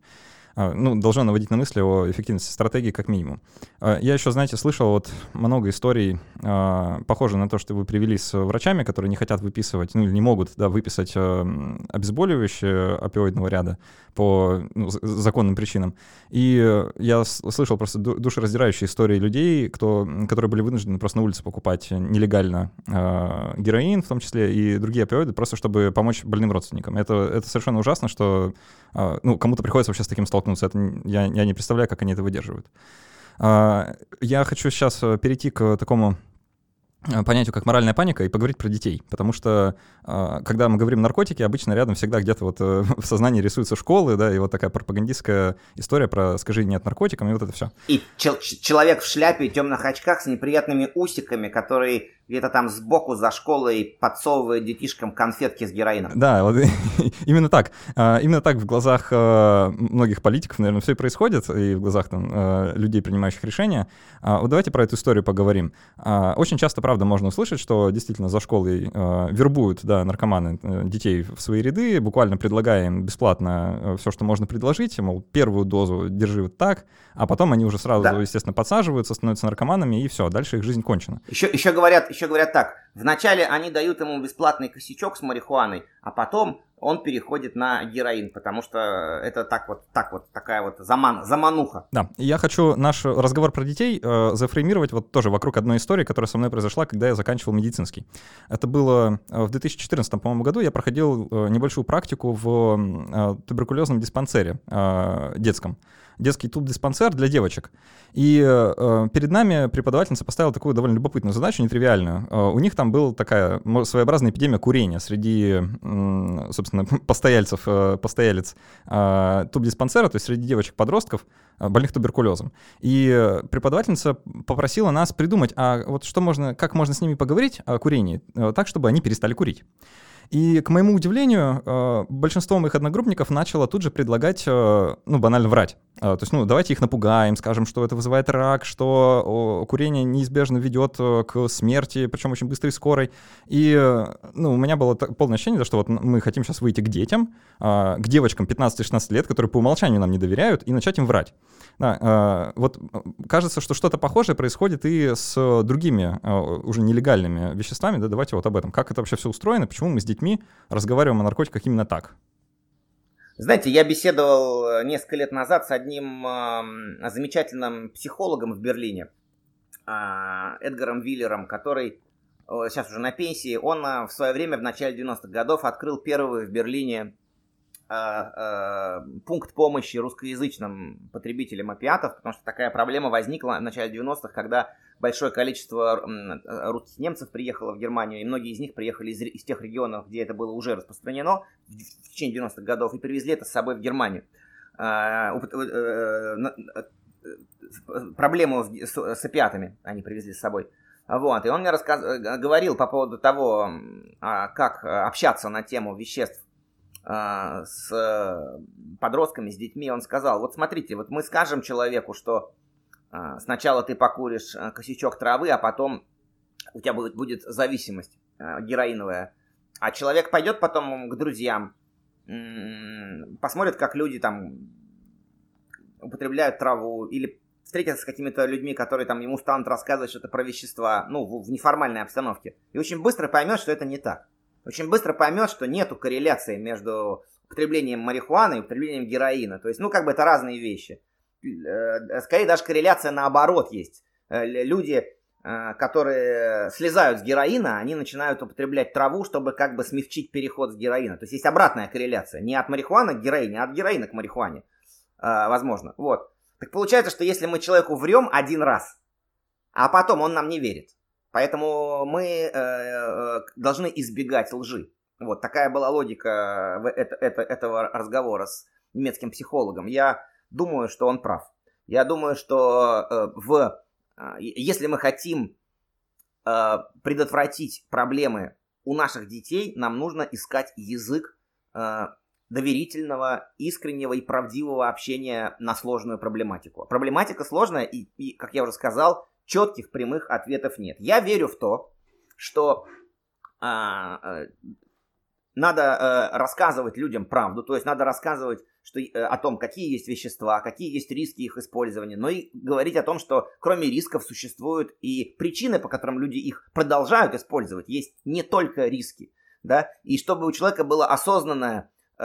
Speaker 1: должно наводить на мысли о эффективности стратегии как минимум. Я еще, знаете, слышал вот много историй, похожих на то, что вы привели с врачами, которые не хотят выписывать, или не могут, да, выписать обезболивающие опиоидного ряда по законным причинам. И я слышал просто душераздирающие истории людей, которые были вынуждены просто на улице покупать нелегально героин, в том числе, и другие опиоиды, просто чтобы помочь больным родственникам. Это совершенно ужасно, что кому-то приходится вообще с таким столкнуться. Я не представляю, как они это выдерживают. Я хочу сейчас перейти к такому понятию, как моральная паника, и поговорить про детей. Потому что, когда мы говорим наркотики, обычно рядом всегда где-то вот в сознании рисуются школы, да, и вот такая пропагандистская история про «скажи нет наркотикам», и вот это все.
Speaker 2: И человек в шляпе и темных очках с неприятными усиками, который где-то там сбоку за школой подсовывает детишкам конфетки с героином.
Speaker 1: Да, вот именно так. Именно так в глазах многих политиков, наверное, все и происходит, и в глазах там людей, принимающих решения. Вот давайте про эту историю поговорим. Очень часто, правда, можно услышать, что действительно за школой вербуют, да, наркоманы детей в свои ряды, буквально предлагая им бесплатно все, что можно предложить, мол, первую дозу держи вот так, а потом они уже сразу, да, естественно, подсаживаются, становятся наркоманами, и все, дальше их жизнь кончена.
Speaker 2: Еще говорят так, вначале они дают ему бесплатный косячок с марихуаной, а потом он переходит на героин, потому что это такая вот замануха.
Speaker 1: Да, и я хочу наш разговор про детей зафреймировать вот тоже вокруг одной истории, которая со мной произошла, когда я заканчивал медицинский. Это было в 2014, по-моему, году. Я проходил небольшую практику в туберкулезном диспансере детском. Детский тубдиспансер для девочек. И перед нами преподавательница поставила такую довольно любопытную задачу, нетривиальную. У них там была такая своеобразная эпидемия курения среди, собственно, постоялец тубдиспансера, то есть среди девочек-подростков, больных туберкулезом. И преподавательница попросила нас придумать, вот как можно с ними поговорить о курении, так, чтобы они перестали курить. И, к моему удивлению, большинство моих одногруппников начало тут же предлагать, банально врать. То есть, давайте их напугаем, скажем, что это вызывает рак, что курение неизбежно ведет к смерти, причем очень быстрой и скорой. И, у меня было полное ощущение, что вот мы хотим сейчас выйти к детям, к девочкам 15-16 лет, которые по умолчанию нам не доверяют, и начать им врать. Да, вот кажется, что что-то похожее происходит и с другими уже нелегальными веществами. Да, давайте вот об этом. Как это вообще все устроено, почему мы с детьми разговариваем о наркотиках именно так?
Speaker 2: Знаете, я беседовал несколько лет назад с одним замечательным психологом в Берлине, Эдгаром Виллером, который сейчас уже на пенсии. Он в свое время, в начале 90-х годов, открыл первый в Берлине пункт помощи русскоязычным потребителям опиатов, потому что такая проблема возникла в начале 90-х, когда большое количество русских немцев приехало в Германию, и многие из них приехали из тех регионов, где это было уже распространено в течение 90-х годов, и привезли это с собой в Германию. Проблему с опиатами они привезли с собой. Вот. И он мне говорил по поводу того, как общаться на тему веществ с подростками, с детьми. Он сказал: вот смотрите, вот мы скажем человеку, что сначала ты покуришь косячок травы, а потом у тебя будет зависимость героиновая. А человек пойдет потом к друзьям, посмотрит, как люди там употребляют траву, или встретятся с какими-то людьми, которые там ему станут рассказывать что-то про вещества, в неформальной обстановке. И очень быстро поймет, что это не так. Очень быстро поймет, что нету корреляции между употреблением марихуаны и употреблением героина. То есть, это разные вещи. Скорее, даже корреляция наоборот есть. Люди, которые слезают с героина, они начинают употреблять траву, чтобы как бы смягчить переход с героина. То есть, есть обратная корреляция. Не от марихуаны к героине, а от героина к марихуане. Возможно. Вот. Так получается, что если мы человеку врем один раз, а потом он нам не верит, поэтому мы должны избегать лжи. Вот такая была логика этого разговора с немецким психологом. Я думаю, что он прав. Я думаю, что если мы хотим предотвратить проблемы у наших детей, нам нужно искать язык доверительного, искреннего и правдивого общения на сложную проблематику. Проблематика сложная, и, как я уже сказал, четких прямых ответов нет. Я верю в то, что надо рассказывать людям правду, то есть надо рассказывать о том, какие есть вещества, какие есть риски их использования, но и говорить о том, что кроме рисков существуют и причины, по которым люди их продолжают использовать. Есть не только риски, да, и чтобы у человека было осознанный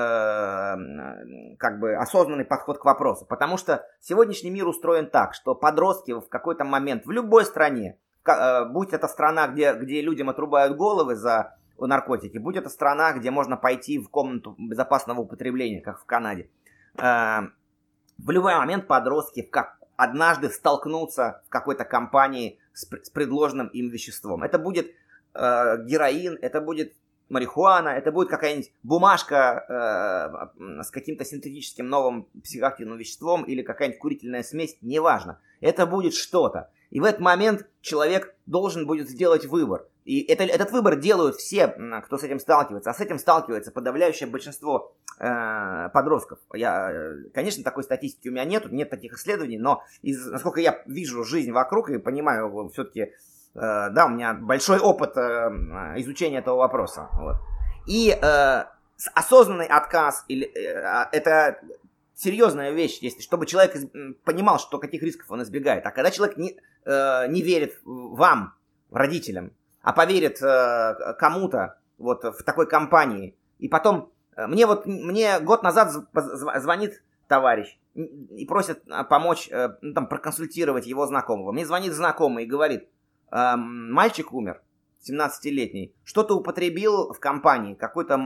Speaker 2: подход к вопросу. Потому что сегодняшний мир устроен так, что подростки в какой-то момент в любой стране, будь это страна, где людям отрубают головы за наркотики, будь это страна, где можно пойти в комнату безопасного употребления, как в Канаде, в любой момент подростки однажды столкнутся в какой-то компании с предложенным им веществом. Это будет героин, это будет марихуана, это будет какая-нибудь бумажка с каким-то синтетическим новым психоактивным веществом или какая-нибудь курительная смесь, неважно. Это будет что-то. И в этот момент человек должен будет сделать выбор. И этот выбор делают все, кто с этим сталкивается. А с этим сталкивается подавляющее большинство подростков. Конечно, такой статистики у меня нет таких исследований, но насколько я вижу жизнь вокруг и понимаю, все-таки, да, у меня большой опыт изучения этого вопроса. Вот. И осознанный отказ, это серьезная вещь, чтобы человек понимал, что каких рисков он избегает. А когда человек не верит вам, родителям, а поверит кому-то вот в такой компании, и потом мне год назад звонит товарищ и просит помочь, проконсультировать его знакомого. Мне звонит знакомый и говорит: мальчик умер, 17-летний, что-то употребил в компании, какой-то,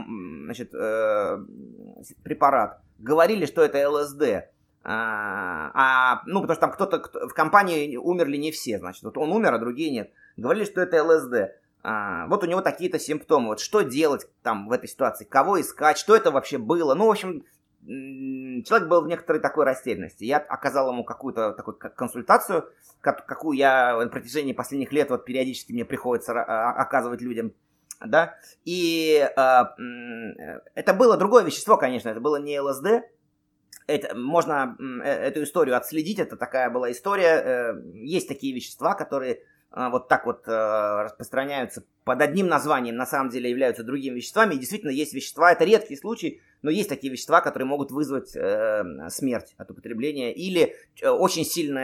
Speaker 2: препарат. Говорили, что это ЛСД. Потому что там кто-то в компании умерли не все, значит. Вот он умер, а другие нет. Говорили, что это ЛСД. Вот у него такие-то симптомы. Вот что делать там в этой ситуации? Кого искать? Что это вообще было? Ну, в общем, человек был в некоторой такой растерянности. Я оказал ему какую-то такую консультацию, какую я на протяжении последних лет вот периодически мне приходится оказывать людям. Да? И это было другое вещество, конечно. Это было не ЛСД. Можно эту историю отследить. Это такая была история. Есть такие вещества, которые вот так вот распространяются под одним названием, на самом деле являются другими веществами. И действительно есть вещества, это редкий случай, но есть такие вещества, которые могут вызвать смерть от употребления или человек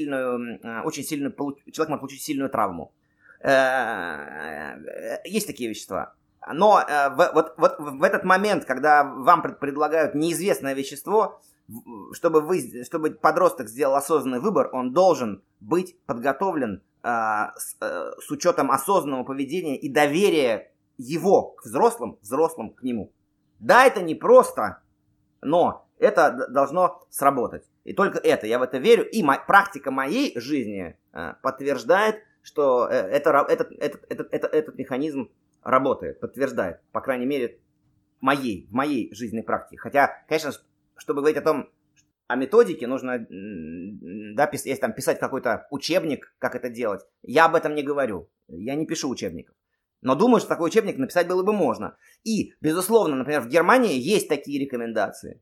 Speaker 2: может получить сильную травму. Есть такие вещества. Но вот в этот момент, когда вам предлагают неизвестное вещество, чтобы подросток сделал осознанный выбор, он должен быть подготовлен с учетом осознанного поведения и доверия его к взрослым к нему. Да, это непросто, но это должно сработать. И только я в это верю. И практика моей жизни подтверждает, что этот механизм работает, подтверждает, по крайней мере, в моей жизненной практике. Хотя, конечно, чтобы говорить о методике, нужно, да, если там писать какой-то учебник, как это делать. Я об этом не говорю. Я не пишу учебников. Но думаю, что такой учебник написать было бы можно. И, безусловно, например, в Германии есть такие рекомендации.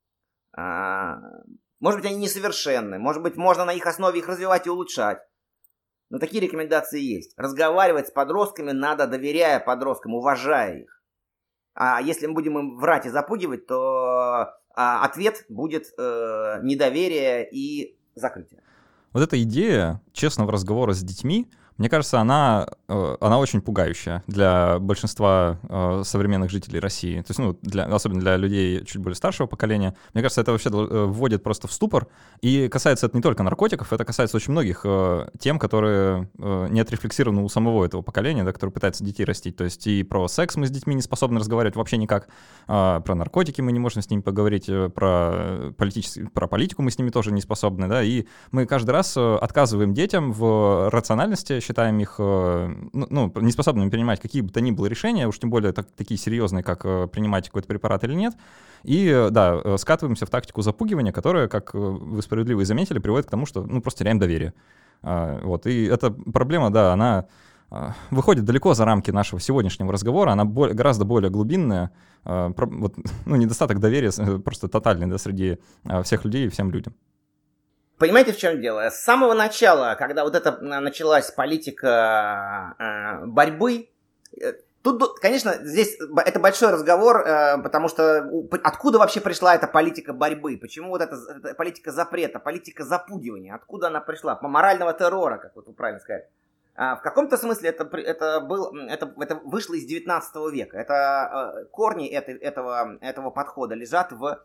Speaker 2: Может быть, они несовершенны. Может быть, можно на их основе их развивать и улучшать. Но такие рекомендации есть. Разговаривать с подростками надо, доверяя подросткам, уважая их. А если мы будем им врать и запугивать, то ответ будет недоверие и закрытие.
Speaker 1: Вот эта идея честного разговора с детьми, мне кажется, она очень пугающая для большинства современных жителей России. То есть, особенно для людей чуть более старшего поколения. Мне кажется, это вообще вводит просто в ступор. И касается это не только наркотиков, это касается очень многих тем, которые не отрефлексированы у самого этого поколения, да, которые пытаются детей растить. То есть и про секс мы с детьми не способны разговаривать вообще никак, про наркотики мы не можем с ними поговорить, про политику мы с ними тоже не способны. Да, и мы каждый раз отказываем детям в рациональности, считаем их неспособными принимать какие бы то ни было решения, уж тем более такие серьезные, как принимать какой-то препарат или нет. И да, скатываемся в тактику запугивания, которая, как вы справедливо заметили, приводит к тому, что просто теряем доверие. Вот. И эта проблема, да, она выходит далеко за рамки нашего сегодняшнего разговора, она гораздо более глубинная. Недостаток доверия просто тотальный, да, среди всех людей и всем людям.
Speaker 2: Понимаете, в чем дело? С самого начала, когда вот это началась политика борьбы, Тут, конечно, здесь это большой разговор, потому что откуда вообще пришла эта политика борьбы? Почему вот эта политика запрета, политика запугивания? Откуда она пришла? По морального террора, как вот вы правильно сказали. В каком-то смысле это вышло из 19 века. Корни этого подхода лежат в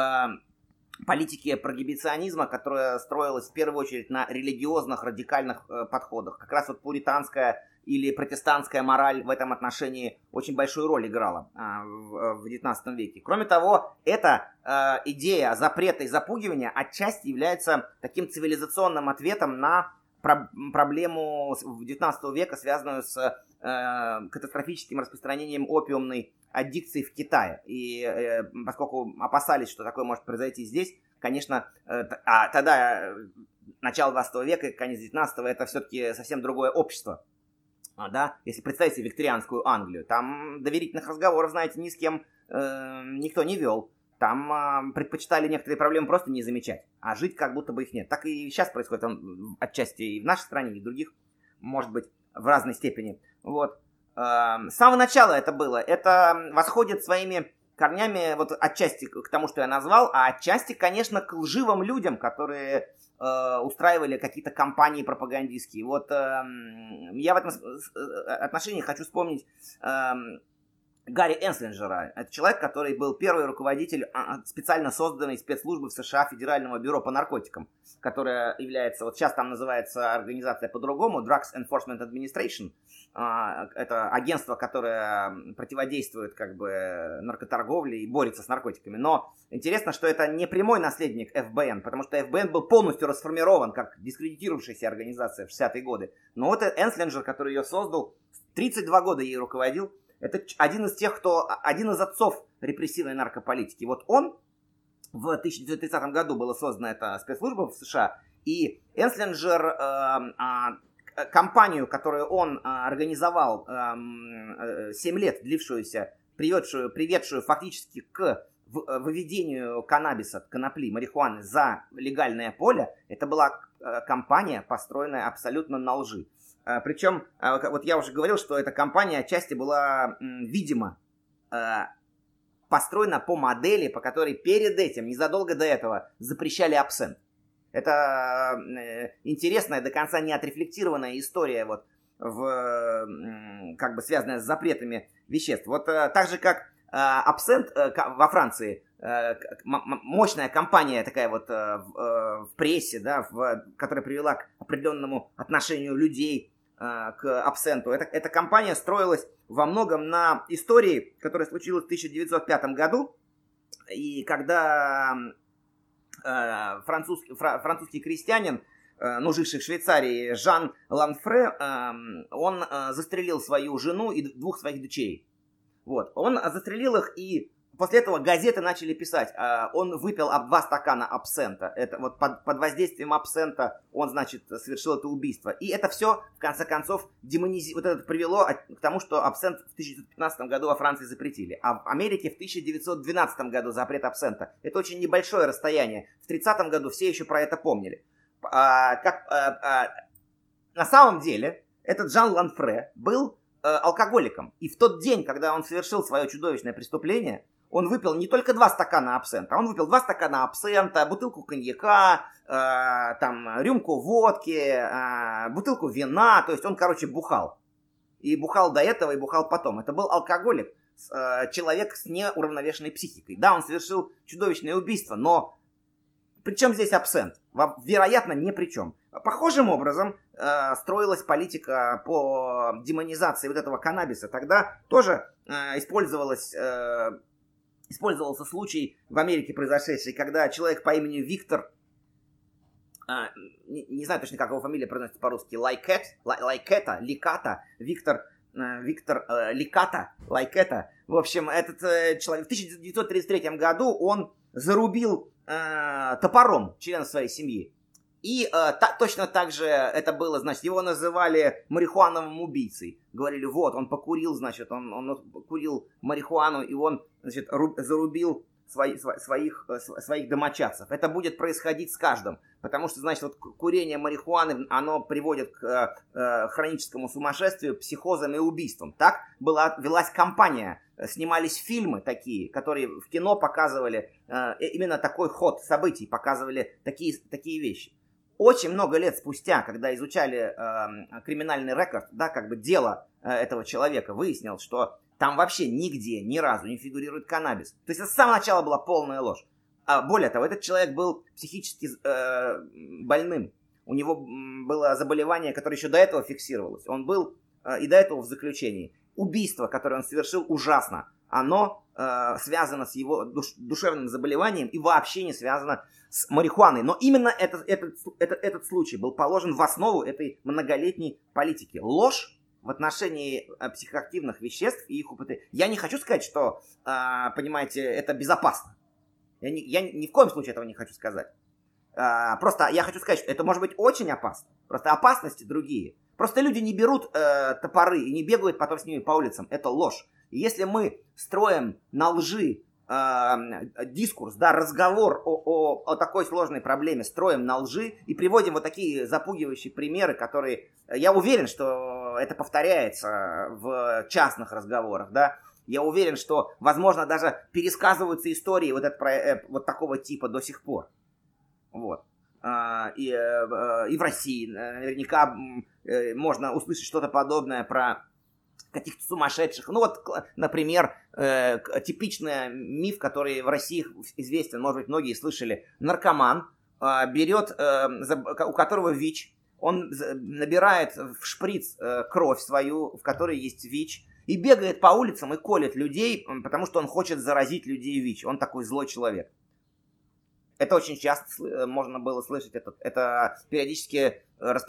Speaker 2: политике прогибиционизма, которая строилась в первую очередь на религиозных радикальных подходах. Как раз вот пуританская или протестантская мораль в этом отношении очень большую роль играла в XIX веке. Кроме того, эта идея запрета и запугивания отчасти является таким цивилизационным ответом на проблему XIX века, связанную с катастрофическим распространением опиумной аддикции в Китае. И поскольку опасались, что такое может произойти здесь, конечно, тогда начало XX века и конец XIX это все-таки совсем другое общество. Да? Если представить себе викторианскую Англию, там доверительных разговоров, знаете, ни с кем никто не вел. Там предпочитали некоторые проблемы просто не замечать, а жить как будто бы их нет. Так и сейчас происходит отчасти и в нашей стране, и в других, может быть, в разной степени. Вот. С самого начала это было. Это восходит своими корнями вот отчасти к тому, что я назвал, а отчасти, конечно, к лживым людям, которые устраивали какие-то кампании пропагандистские. Вот я в этом отношении хочу вспомнить Гарри Энслинджера. Это человек, который был первый руководитель специально созданной спецслужбы в США Федерального бюро по наркотикам, которая является, вот сейчас там называется организация по-другому, Drugs Enforcement Administration. Это агентство, которое противодействует как бы наркоторговле и борется с наркотиками. Но интересно, что это не прямой наследник ФБН, потому что ФБН был полностью расформирован как дискредитировавшаяся организация в 60-е годы. Но вот Энслинджер, который ее создал, 32 года ей руководил. Это один из отцов репрессивной наркополитики. Вот он, в 1930 году была создана эта спецслужба в США, и Энслинджер, компанию, которую он организовал 7 лет длившуюся, приведшую фактически к выведению каннабиса, конопли, марихуаны за легальное поле, это была компания, построенная абсолютно на лжи. Причем, вот я уже говорил, что эта компания отчасти была, видимо, построена по модели, по которой перед этим, незадолго до этого, запрещали абсент. Это интересная, до конца не отрефлектированная история, вот, как бы связанная с запретами веществ. Вот так же, как абсент во Франции, мощная кампания такая вот в прессе, да, которая привела к определенному отношению людей к абсенту. Эта кампания строилась во многом на истории, которая случилась в 1905 году, и когда французский крестьянин, живший в Швейцарии, Жан Ланфре, он застрелил свою жену и 2 своих дочерей. Вот. Он застрелил их, и после этого газеты начали писать, он выпил 2 стакана абсента. Это вот под воздействием абсента он, значит, совершил это убийство. И это все, в конце концов, вот это привело к тому, что абсент в 1915 году во Франции запретили. А в Америке в 1912 году запрет абсента. Это очень небольшое расстояние. В 1930 году все еще про это помнили. На самом деле, этот Жан Ланфре был алкоголиком. И в тот день, когда он совершил свое чудовищное преступление, он выпил не только 2 стакана абсента, он выпил 2 стакана абсента, бутылку коньяка, рюмку водки, бутылку вина. То есть он, бухал. И бухал до этого, и бухал потом. Это был алкоголик, человек с неуравновешенной психикой. Да, он совершил чудовищное убийство, но при чем здесь абсент? Вероятно, ни при чем. Похожим образом строилась политика по демонизации вот этого каннабиса. Тогда тоже использовался случай в Америке произошедший, когда человек по имени Виктор, не знаю точно, как его фамилия произносится по-русски, Виктор Ликата, в общем, этот человек в 1933 году он зарубил топором члена своей семьи. И точно так же это было, значит, его называли марихуановым убийцей. Говорили, вот, он покурил, значит, он курил марихуану, и он, значит, зарубил своих домочадцев. Это будет происходить с каждым. Потому что, значит, вот курение марихуаны, оно приводит к хроническому сумасшествию, психозам и убийствам. Так велась кампания, снимались фильмы такие, которые в кино показывали именно такой ход событий, показывали такие вещи. Очень много лет спустя, когда изучали криминальный рекорд, да, как бы дело этого человека, выяснилось, что там вообще нигде, ни разу не фигурирует каннабис. То есть это с самого начала была полная ложь. Более того, этот человек был психически больным. У него было заболевание, которое еще до этого фиксировалось. Он был и до этого в заключении. Убийство, которое он совершил, ужасно. Оно связано с его душевным заболеванием и вообще не связано с марихуаной. Но именно этот случай был положен в основу этой многолетней политики. Ложь в отношении психоактивных веществ и их употребления. Я не хочу сказать, что, понимаете, это безопасно. Я ни в коем случае этого не хочу сказать. Просто я хочу сказать, что это может быть очень опасно. Просто опасности другие. Просто люди не берут топоры и не бегают потом с ними по улицам. Это ложь. И если мы строим на лжи дискурс, да, разговор о такой сложной проблеме, строим на лжи и приводим вот такие запугивающие примеры, которые, я уверен, что это повторяется в частных разговорах, да. Я уверен, что, возможно, даже пересказываются истории вот такого типа до сих пор. Вот. И в России наверняка можно услышать что-то подобное про каких-то сумасшедших. Ну вот, например, типичный миф, который в России известен, может быть, многие слышали. Наркоман берет, у которого ВИЧ, он набирает в шприц кровь свою, в которой есть ВИЧ, и бегает по улицам и колет людей, потому что он хочет заразить людей ВИЧ. Он такой злой человек. Это очень часто можно было слышать. Это периодически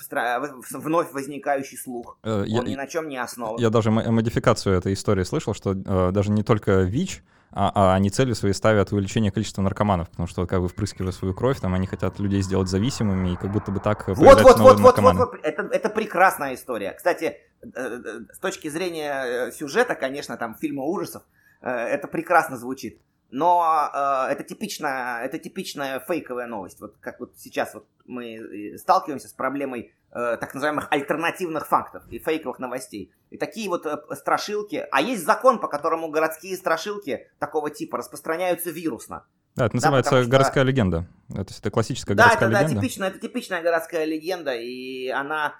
Speaker 2: вновь возникающий слух. Он ни на чем не основан.
Speaker 1: Я даже модификацию этой истории слышал, что даже не только ВИЧ, а они целью своей ставят увеличение количества наркоманов, потому что как бы впрыскивая свою кровь, там они хотят людей сделать зависимыми, и как будто бы так появляются новые наркоманы.
Speaker 2: Это прекрасная история. Кстати, с точки зрения сюжета, конечно, там фильма ужасов, это прекрасно звучит. Но это типичная фейковая новость. Вот как вот сейчас вот мы сталкиваемся с проблемой так называемых альтернативных фактов и фейковых новостей. И такие вот страшилки. А есть закон, по которому городские страшилки такого типа распространяются вирусно.
Speaker 1: Да, это называется городская легенда. Это классическая городская легенда.
Speaker 2: Да, это типичная городская легенда. И она...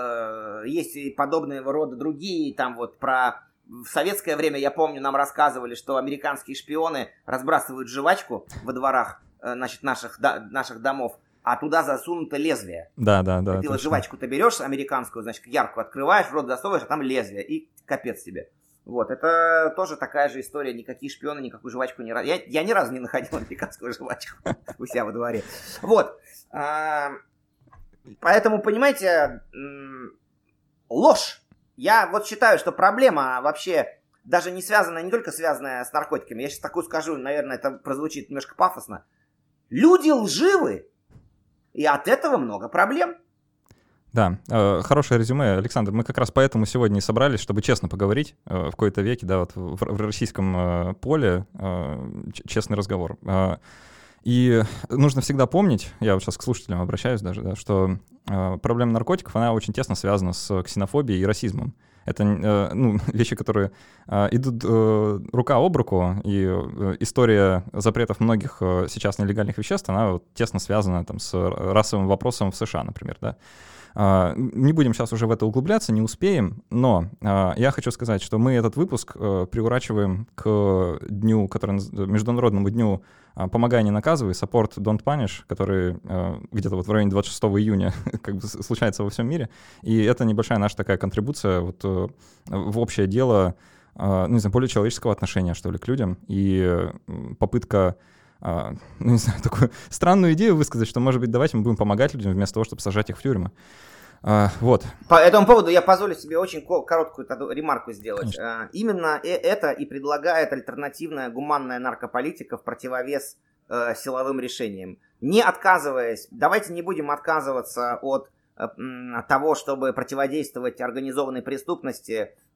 Speaker 2: есть и подобные рода другие. Там вот про... В советское время, я помню, нам рассказывали, что американские шпионы разбрасывают жвачку во дворах, значит, наших домов, а туда засунуто лезвие.
Speaker 1: Да.
Speaker 2: И ты вот жвачку-то берешь американскую, значит, ярку открываешь, в рот засовываешь, а там лезвие, и капец тебе. Вот, это тоже такая же история, никакие шпионы, никакую жвачку не... Я ни разу не находил американскую жвачку у себя во дворе. Вот. Поэтому, понимаете, ложь. Я вот считаю, что проблема вообще даже не только связанная с наркотиками. Я сейчас такую скажу, наверное, это прозвучит немножко пафосно. Люди лживы, и от этого много проблем.
Speaker 1: Да, хорошее резюме, Александр. Мы как раз поэтому сегодня и собрались, чтобы честно поговорить в кои-то веке, да, вот в российском поле, честный разговор. И нужно всегда помнить, я вот сейчас к слушателям обращаюсь даже, да, что проблема наркотиков, она очень тесно связана с ксенофобией и расизмом. Это вещи, которые идут рука об руку, и история запретов многих сейчас нелегальных веществ, она вот тесно связана там, с расовым вопросом в США, например, да. Не будем сейчас уже в это углубляться, не успеем, но я хочу сказать, что мы этот выпуск приурачиваем к дню, Международному дню «Помогай, не наказывай», Support Don't Punish, который где-то вот в районе 26 июня как бы случается во всем мире. И это небольшая наша такая контрибуция вот в общее дело, не знаю, более человеческого отношения, что ли, к людям. И попытка не знаю, такую странную идею высказать, что, может быть, давайте мы будем помогать людям вместо того, чтобы сажать их в тюрьмы. Вот.
Speaker 2: По этому поводу я позволю себе очень короткую ремарку сделать.
Speaker 1: Конечно.
Speaker 2: Именно это и предлагает альтернативная гуманная наркополитика в противовес силовым решениям. Не отказываясь, давайте не будем отказываться от того, чтобы противодействовать организованной преступности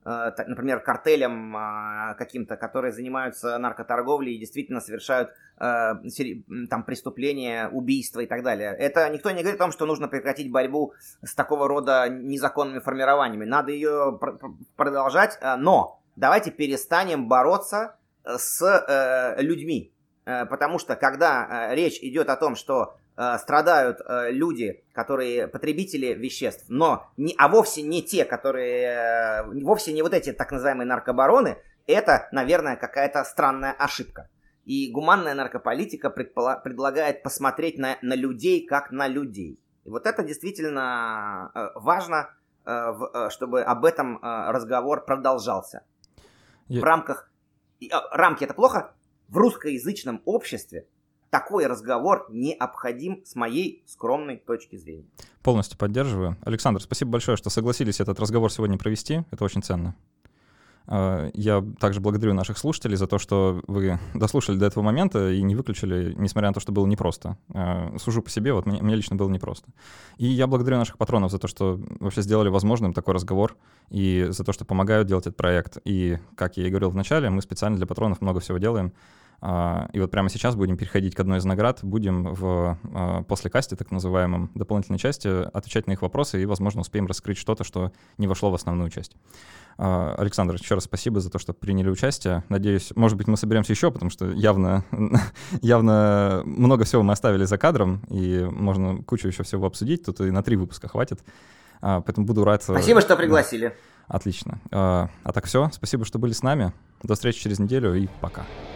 Speaker 2: например, картелям каким-то, которые занимаются наркоторговлей и действительно совершают там преступления, убийства и так далее. Это никто не говорит о том, что нужно прекратить борьбу с такого рода незаконными формированиями. Надо ее продолжать, но давайте перестанем бороться с людьми. Потому что когда речь идет о том, что страдают люди, которые потребители веществ, а вовсе не те, которые, вовсе не вот эти так называемые наркобароны, это, наверное, какая-то странная ошибка. И гуманная наркополитика предлагает посмотреть на людей как на людей. И вот это действительно важно, чтобы об этом разговор продолжался. В рамках... Рамки это плохо? В русскоязычном обществе такой разговор необходим с моей скромной точки зрения.
Speaker 1: Полностью поддерживаю. Александр, спасибо большое, что согласились этот разговор сегодня провести. Это очень ценно. Я также благодарю наших слушателей за то, что вы дослушали до этого момента и не выключили, несмотря на то, что было непросто. Сужу по себе, вот мне лично было непросто. И я благодарю наших патронов за то, что вообще сделали возможным такой разговор, и за то, что помогают делать этот проект. И, как я и говорил в начале, мы специально для патронов много всего делаем. И вот прямо сейчас будем переходить к одной из наград, будем в послекасте, так называемом, дополнительной части, отвечать на их вопросы и, возможно, успеем раскрыть что-то, что не вошло в основную часть. Александр, еще раз спасибо за то, что приняли участие. Надеюсь, может быть, мы соберемся еще, потому что явно много всего мы оставили за кадром, и можно кучу еще всего обсудить, тут и на 3 выпуска хватит. Поэтому буду рад...
Speaker 2: Спасибо, что пригласили.
Speaker 1: Отлично. А так все, спасибо, что были с нами. До встречи через неделю и пока.